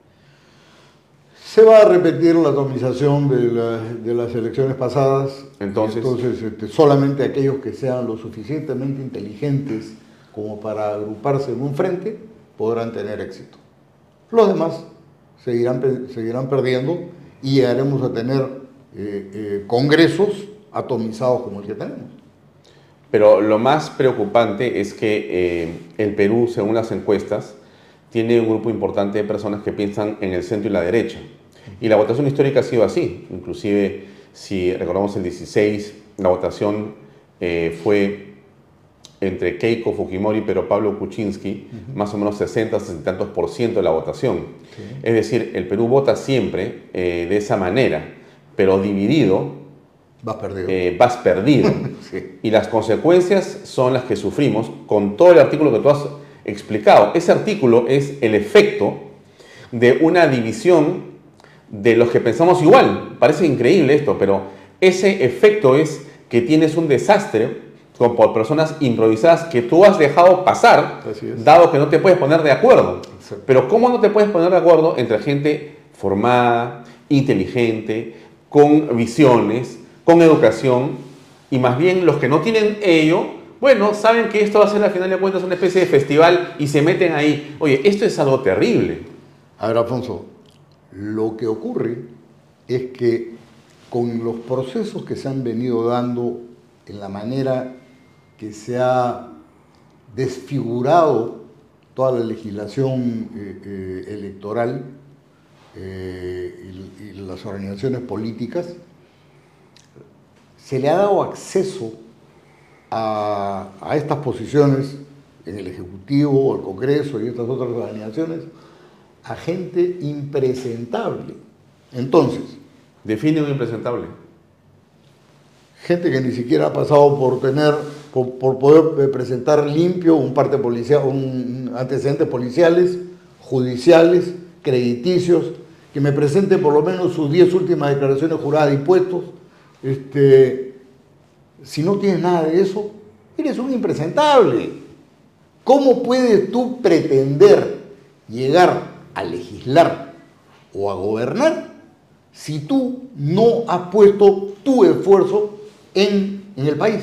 Se va a repetir la atomización de, la, de las elecciones pasadas.
Entonces,
Entonces este, solamente aquellos que sean lo suficientemente inteligentes como para agruparse en un frente podrán tener éxito. Los demás seguirán, seguirán perdiendo y llegaremos a tener eh, eh, congresos atomizados como el que tenemos.
Pero lo más preocupante es que eh, el Perú, según las encuestas, tiene un grupo importante de personas que piensan en el centro y la derecha. Y la votación histórica ha sido así. Inclusive, si recordamos el dieciséis, la votación eh, fue entre Keiko Fujimori pero Pablo Kuczynski, uh-huh. más o menos sesenta, sesenta y tantos por ciento de la votación. Sí. Es decir, el Perú vota siempre eh, de esa manera, pero dividido,
vas perdido.
Eh, vas perdido. Sí. Y las consecuencias son las que sufrimos con todo el artículo que tú has explicado. Ese artículo es el efecto de una división de los que pensamos igual. Parece increíble esto, pero ese efecto es que tienes un desastre con por personas improvisadas que tú has dejado pasar, dado que no te puedes poner de acuerdo. Exacto. Pero ¿cómo no te puedes poner de acuerdo entre gente formada, inteligente, con visiones, con educación, y más bien los que no tienen ello, bueno, saben que esto va a ser al final de cuentas una especie de festival y se meten ahí? Oye, esto es algo terrible.
A ver, Alfonso, lo que ocurre es que con los procesos que se han venido dando en la manera que se ha desfigurado toda la legislación eh, eh, electoral eh, y, y las organizaciones políticas, se le ha dado acceso a, a estas posiciones en el Ejecutivo, el Congreso y estas otras organizaciones a gente impresentable. Entonces,
define un impresentable.
gente que ni siquiera ha pasado por tener, por, por poder presentar limpio un parte policial, un antecedentes policiales, judiciales, crediticios, que me presente por lo menos sus diez últimas declaraciones juradas de impuestos. Este, si no tienes nada de eso, eres un impresentable. ¿Cómo puedes tú pretender llegar a legislar o a gobernar si tú no has puesto tu esfuerzo en, en el país?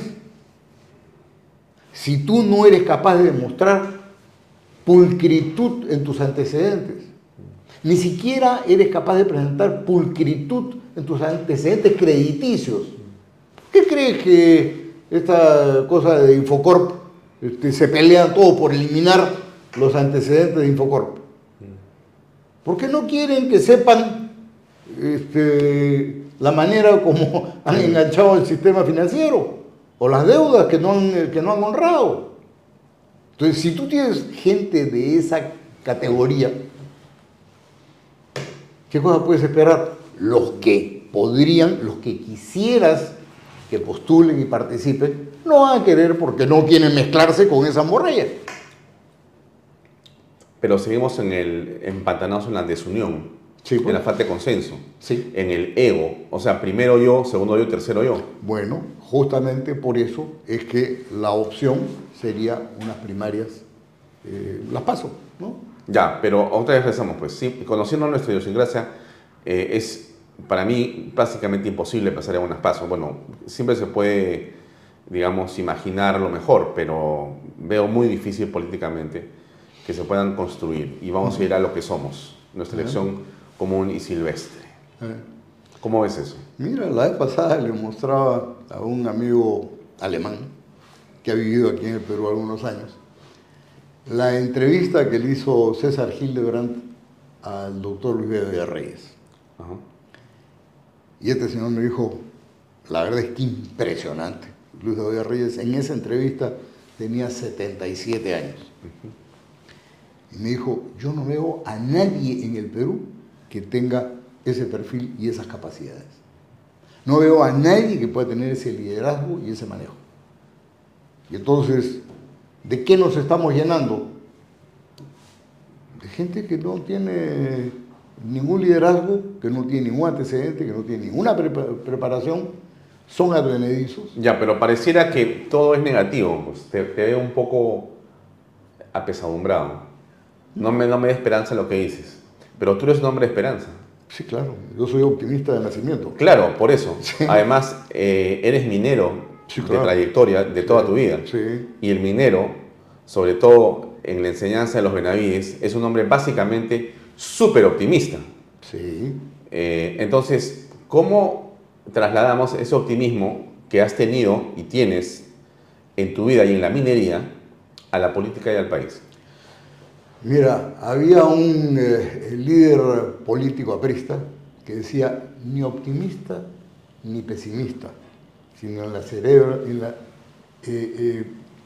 Si tú no eres capaz de demostrar pulcritud en tus antecedentes, ni siquiera eres capaz de presentar pulcritud en tus antecedentes crediticios. ¿Qué crees que esta cosa de Infocorp este, se pelean todos por eliminar los antecedentes de Infocorp? Porque no quieren que sepan este, la manera como han enganchado el sistema financiero o las deudas que no han, que no han honrado. Entonces, si tú tienes gente de esa categoría, ¿qué cosa puedes esperar? Los que podrían, los que quisieras que postulen y participen, no van a querer porque no quieren mezclarse con esa morralla.
Pero seguimos en el empantanados en la desunión,
sí, pues.
En la falta de consenso,
sí.
En el ego, o sea, primero yo, segundo yo, tercero yo.
Bueno, justamente por eso es que la opción sería unas primarias, eh, las paso, ¿no?
Ya, pero otra vez regresamos, pues, sí, conociendo nuestra idiosincrasia, eh, es para mí básicamente imposible pasar a unas pasos. Bueno, siempre se puede, digamos, imaginar lo mejor, pero veo muy difícil políticamente que se puedan construir y vamos a ir a lo que somos, nuestra elección común y silvestre. ¿Cómo ves eso?
Mira, la vez pasada le mostraba a un amigo alemán que ha vivido aquí en el Perú algunos años la entrevista que le hizo César Hildebrandt al doctor Luis Bedoya Reyes. Ajá. Y este señor me dijo, la verdad es que impresionante. Luis Bedoya Reyes en esa entrevista tenía setenta y siete años. Uh-huh. Y me dijo, yo no veo a nadie en el Perú que tenga ese perfil y esas capacidades. No veo a nadie que pueda tener ese liderazgo y ese manejo. Y entonces, ¿de qué nos estamos llenando? De gente que no tiene ningún liderazgo, que no tiene ningún antecedente, que no tiene ninguna pre preparación, son advenedizos.
Ya, pero pareciera que todo es negativo, pues te, te veo un poco apesadumbrado. No me, no me da esperanza lo que dices, pero tú eres un hombre de esperanza.
Sí, claro, yo soy optimista de nacimiento.
Claro, por eso. Sí. Además, eh, eres minero, sí, claro, de trayectoria de sí, toda tu vida.
Sí.
Y el minero, sobre todo en la enseñanza de los Benavides, es un hombre básicamente súper optimista.
Sí.
Eh, entonces, ¿cómo trasladamos ese optimismo que has tenido y tienes en tu vida y en la minería a la política y al país?
Mira, había un eh, líder político aprista que decía ni optimista ni pesimista, sino en la cerebro, en la, eh, eh,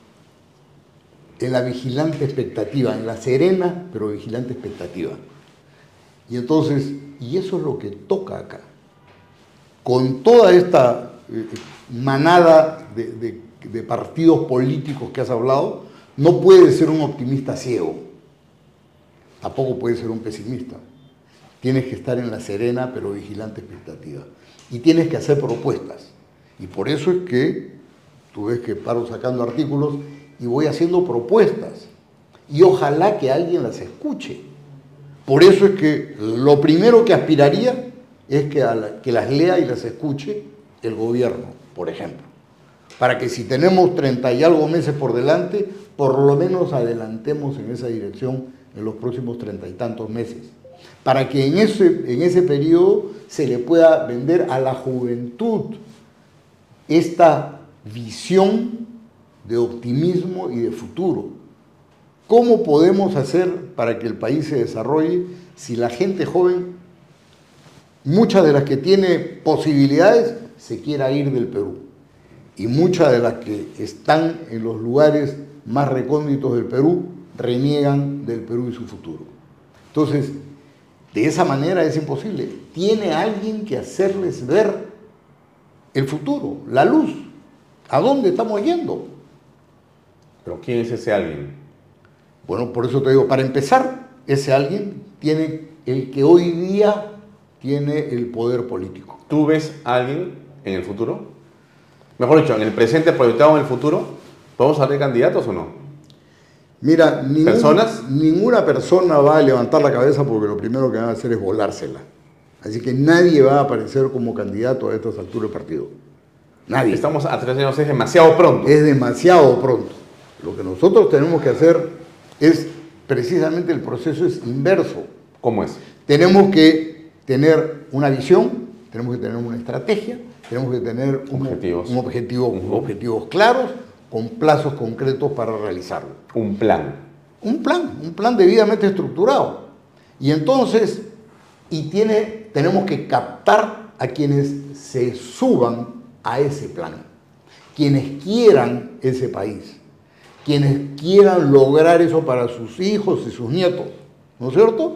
en la vigilante expectativa, en la serena pero vigilante expectativa. Y entonces, y eso es lo que toca acá. Con toda esta eh, manada de, de, de partidos políticos que has hablado, no puedes ser un optimista ciego. Tampoco puedes ser un pesimista. Tienes que estar en la serena pero vigilante expectativa. Y tienes que hacer propuestas. Y por eso es que tú ves que paro sacando artículos y voy haciendo propuestas. Y ojalá que alguien las escuche. Por eso es que lo primero que aspiraría es que, a la, que las lea y las escuche el gobierno, por ejemplo. Para que si tenemos treinta y algo meses por delante, por lo menos adelantemos en esa dirección en los próximos treinta y tantos meses, para que en ese, en ese periodo se le pueda vender a la juventud esta visión de optimismo y de futuro. ¿Cómo podemos hacer para que el país se desarrolle si la gente joven, muchas de las que tiene posibilidades, se quiera ir del Perú? Y muchas de las que están en los lugares más recónditos del Perú reniegan del Perú y su futuro. Entonces, de esa manera es imposible. Tiene alguien que hacerles ver el futuro, la luz. ¿A dónde estamos yendo?
¿Pero quién es ese alguien?
Bueno, por eso te digo, para empezar, ese alguien tiene el que hoy día tiene el poder político.
¿Tú ves a alguien en el futuro? Mejor dicho, en el presente proyectado en el futuro, ¿podemos hablar de candidatos o no?
Mira, ningún,
¿personas?
Ninguna persona va a levantar la cabeza porque lo primero que van a hacer es volársela. Así que nadie va a aparecer como candidato a estas alturas del partido. Nadie.
Estamos a tres años, es demasiado pronto.
Es demasiado pronto. Lo que nosotros tenemos que hacer es, precisamente el proceso es inverso.
¿Cómo es?
Tenemos que tener una visión, tenemos que tener una estrategia, tenemos que tener un,
objetivos,
un objetivo,
uh-huh.
objetivos claros, con plazos concretos para realizarlo.
Un plan.
Un plan, un plan debidamente estructurado. Y entonces, y tiene, tenemos que captar a quienes se suban a ese plan, quienes quieran ese país, quienes quieran lograr eso para sus hijos y sus nietos, ¿no es cierto?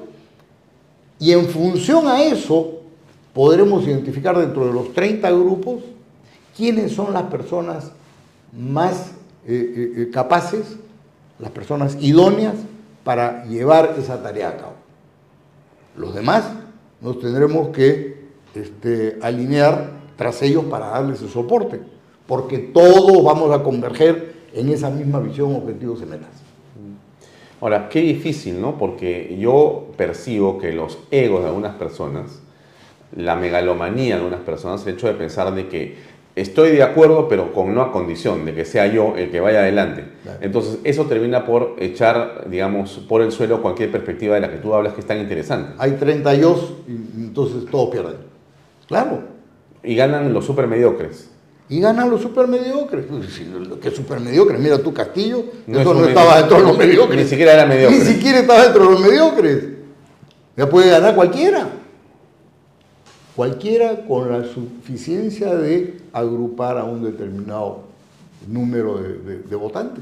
Y en función a eso, podremos identificar dentro de los treinta grupos quiénes son las personas más eh, eh, capaces, las personas idóneas para llevar esa tarea a cabo. Los demás nos tendremos que este, alinear tras ellos para darles el soporte, porque todos vamos a converger en esa misma visión, objetivos y metas.
Ahora, qué difícil, ¿no? Porque yo percibo que los egos de algunas personas, la megalomanía de algunas personas, el hecho de pensar de que estoy de acuerdo, pero con una condición, de que sea yo el que vaya adelante. Claro. Entonces, eso termina por echar, digamos, por el suelo cualquier perspectiva de la que tú hablas que es tan interesante.
Hay treinta y dos y entonces todos pierden. Claro.
Y ganan los supermediocres.
Y ganan los supermediocres. ¿Qué supermediocres? Mira tú, Castillo,
no
eso no
medio...
estaba dentro de los mediocres.
Ni siquiera era mediocre.
Ni siquiera estaba dentro de los mediocres. Ya puede ganar cualquiera. Cualquiera con la suficiencia de agrupar a un determinado número de, de, de votantes.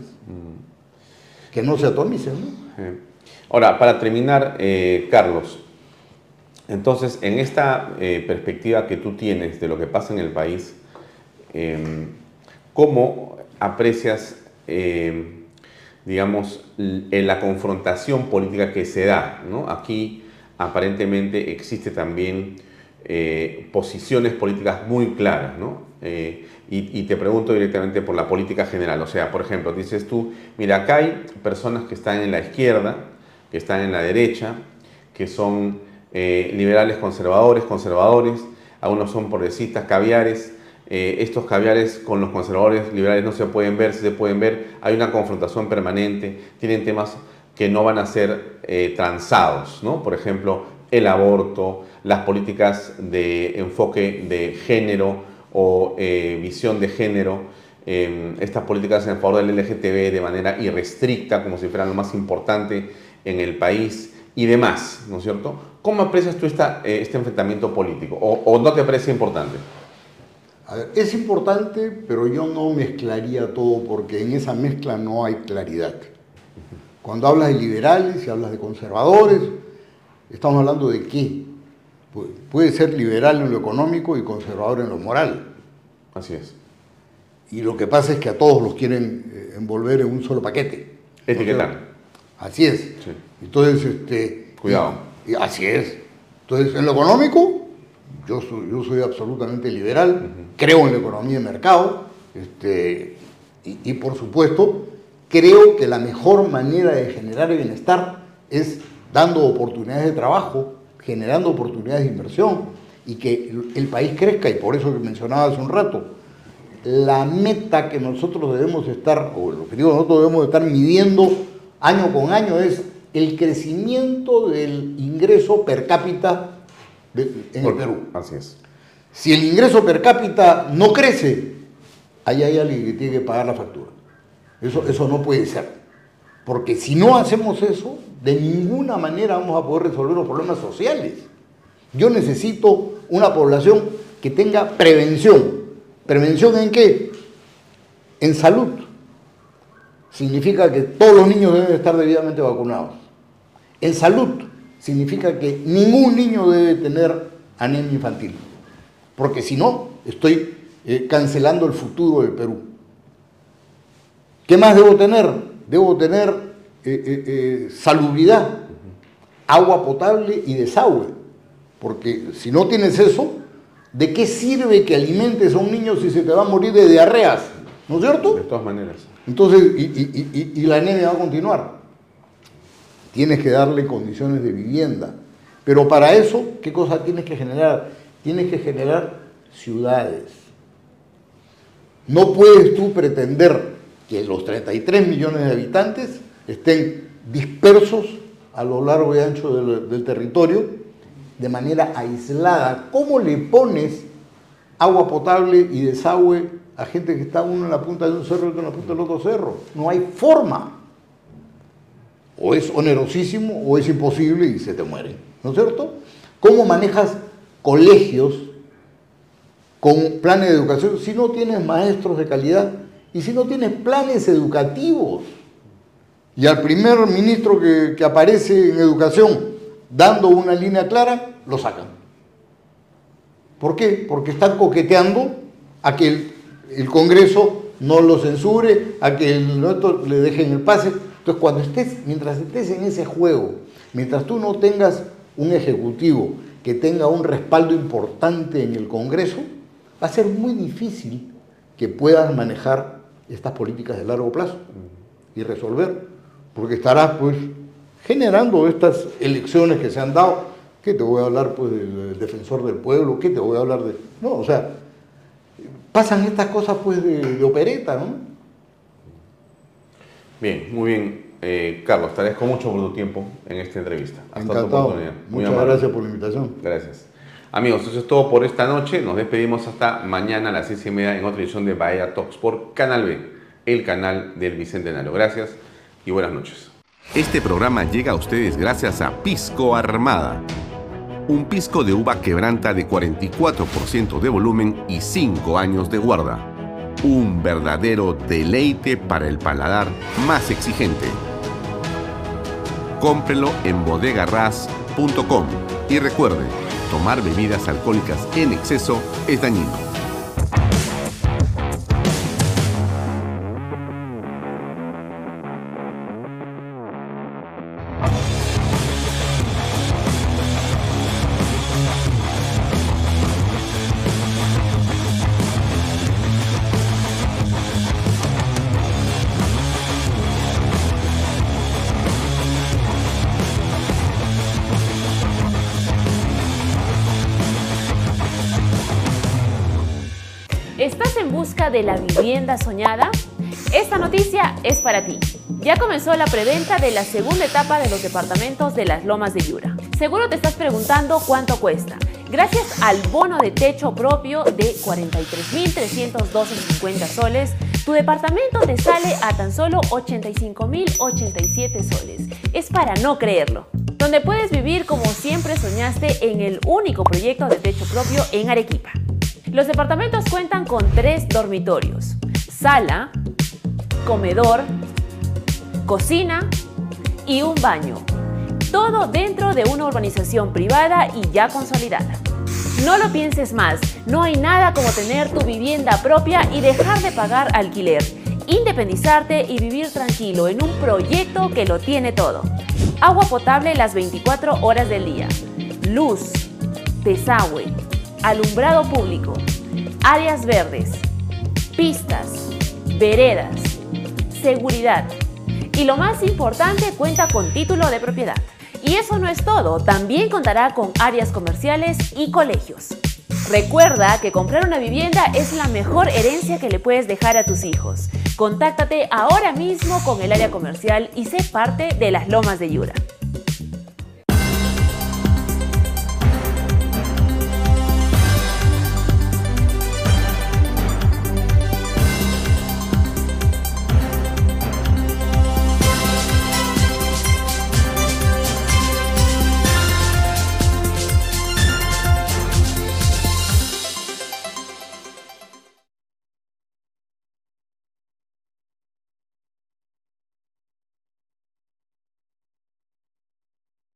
Mm. Que no se atomicen, ¿no?
Eh. Ahora, para terminar, eh, Carlos, entonces, en esta eh, perspectiva que tú tienes de lo que pasa en el país, eh, ¿cómo aprecias, eh, digamos, en la confrontación política que se da, ¿no? Aquí, aparentemente, existe también eh, posiciones políticas muy claras, ¿no? Eh, y, y te pregunto directamente por la política general. O sea, por ejemplo, dices tú, mira, acá hay personas que están en la izquierda, que están en la derecha, que son Eh, liberales conservadores, conservadores, algunos son progresistas, caviares, eh, estos caviares con los conservadores liberales no se pueden ver, si se pueden ver, hay una confrontación permanente, tienen temas que no van a ser eh, transados, ¿no? Por ejemplo, el aborto, las políticas de enfoque de género o eh, visión de género, eh, estas políticas en favor del L G T B de manera irrestricta, como si fueran lo más importante en el país, y demás, ¿no es cierto? ¿Cómo aprecias tú esta, eh, este enfrentamiento político? ¿O, ¿O no te parece importante?
A ver, es importante, pero yo no mezclaría todo porque en esa mezcla no hay claridad. Cuando hablas de liberales y hablas de conservadores, estamos hablando de qué. Puede ser liberal en lo económico y conservador en lo moral.
Así es.
Y lo que pasa es que a todos los quieren envolver en un solo paquete.
Etiquetar.
Así es.
Sí.
Entonces, este...
Cuidado.
Y, y así es. Entonces, en lo económico, yo soy, yo soy absolutamente liberal, uh-huh. Creo en la economía de mercado, este, y, y por supuesto, creo que la mejor manera de generar bienestar es dando oportunidades de trabajo, generando oportunidades de inversión, y que el, el país crezca, y por eso que mencionaba hace un rato, la meta que nosotros debemos estar, o el objetivo que nosotros debemos estar midiendo año con año es el crecimiento del ingreso per cápita de, en el Perú.
Así es.
Si el ingreso per cápita no crece, ahí hay alguien que tiene que pagar la factura. Eso, eso no puede ser. Porque si no hacemos eso, de ninguna manera vamos a poder resolver los problemas sociales. Yo necesito una población que tenga prevención. ¿Prevención en qué? En salud. Significa que todos los niños deben estar debidamente vacunados. En salud significa que ningún niño debe tener anemia infantil. Porque si no, estoy eh, cancelando el futuro del Perú. ¿Qué más debo tener? Debo tener eh, eh, eh, salubridad, agua potable y desagüe. Porque si no tienes eso, ¿de qué sirve que alimentes a un niño si se te va a morir de diarreas? ¿No es cierto?
De todas maneras.
Entonces, y, y, y, y la anemia va a continuar. Tienes que darle condiciones de vivienda. Pero para eso, ¿qué cosa tienes que generar? Tienes que generar ciudades. No puedes tú pretender que los treinta y tres millones de habitantes estén dispersos a lo largo y ancho del, del territorio de manera aislada. ¿Cómo le pones agua potable y desagüe a gente que está uno en la punta de un cerro y otro en la punta del otro cerro? No hay forma. O es onerosísimo o es imposible y se te mueren, ¿no es cierto? ¿Cómo manejas colegios con planes de educación si no tienes maestros de calidad y si no tienes planes educativos? Y al primer ministro que, que aparece en educación dando una línea clara, lo sacan. ¿Por qué? Porque están coqueteando a que el, el Congreso no lo censure, a que el otro le dejen el pase. Entonces, cuando estés, mientras estés en ese juego, mientras tú no tengas un ejecutivo que tenga un respaldo importante en el Congreso, va a ser muy difícil que puedas manejar estas políticas de largo plazo y resolver, porque estarás pues generando estas elecciones que se han dado. ¿Qué te voy a hablar pues del defensor del pueblo? ¿Qué te voy a hablar de...? No, o sea, pasan estas cosas pues de, de opereta, ¿no?
Bien, muy bien. Eh, Carlos, te agradezco mucho por tu tiempo en esta entrevista. Hasta
Encantado.
otra oportunidad. Muy
Muchas
amable.
gracias por la invitación.
Gracias. Amigos, eso es todo por esta noche. Nos despedimos hasta mañana a las seis y media en otra edición de Bahía Talks por Canal B, el canal del Bicentenario. Gracias y buenas noches.
Este programa llega a ustedes gracias a Pisco Armada. Un pisco de uva quebranta de cuarenta y cuatro por ciento de volumen y cinco años de guarda. Un verdadero deleite para el paladar más exigente. Cómprelo en bodegarras punto com y recuerde, tomar bebidas alcohólicas en exceso es dañino.
¿Estás en busca de la vivienda soñada? Esta noticia es para ti. Ya comenzó la preventa de la segunda etapa de los departamentos de las Lomas de Yura. Seguro te estás preguntando cuánto cuesta. Gracias al bono de techo propio de cuarenta y tres mil trescientos doce con cincuenta soles, tu departamento te sale a tan solo ochenta y cinco mil ochenta y siete soles. Es para no creerlo. Donde puedes vivir como siempre soñaste en el único proyecto de techo propio en Arequipa. Los departamentos cuentan con tres dormitorios, sala, comedor, cocina y un baño. Todo dentro de una urbanización privada y ya consolidada. No lo pienses más, no hay nada como tener tu vivienda propia y dejar de pagar alquiler, independizarte y vivir tranquilo en un proyecto que lo tiene todo. Agua potable las veinticuatro horas del día, luz, desagüe, alumbrado público, áreas verdes, pistas, veredas, seguridad y lo más importante, cuenta con título de propiedad. Y eso no es todo, también contará con áreas comerciales y colegios. Recuerda que comprar una vivienda es la mejor herencia que le puedes dejar a tus hijos. Contáctate ahora mismo con el área comercial y sé parte de las Lomas de Yura.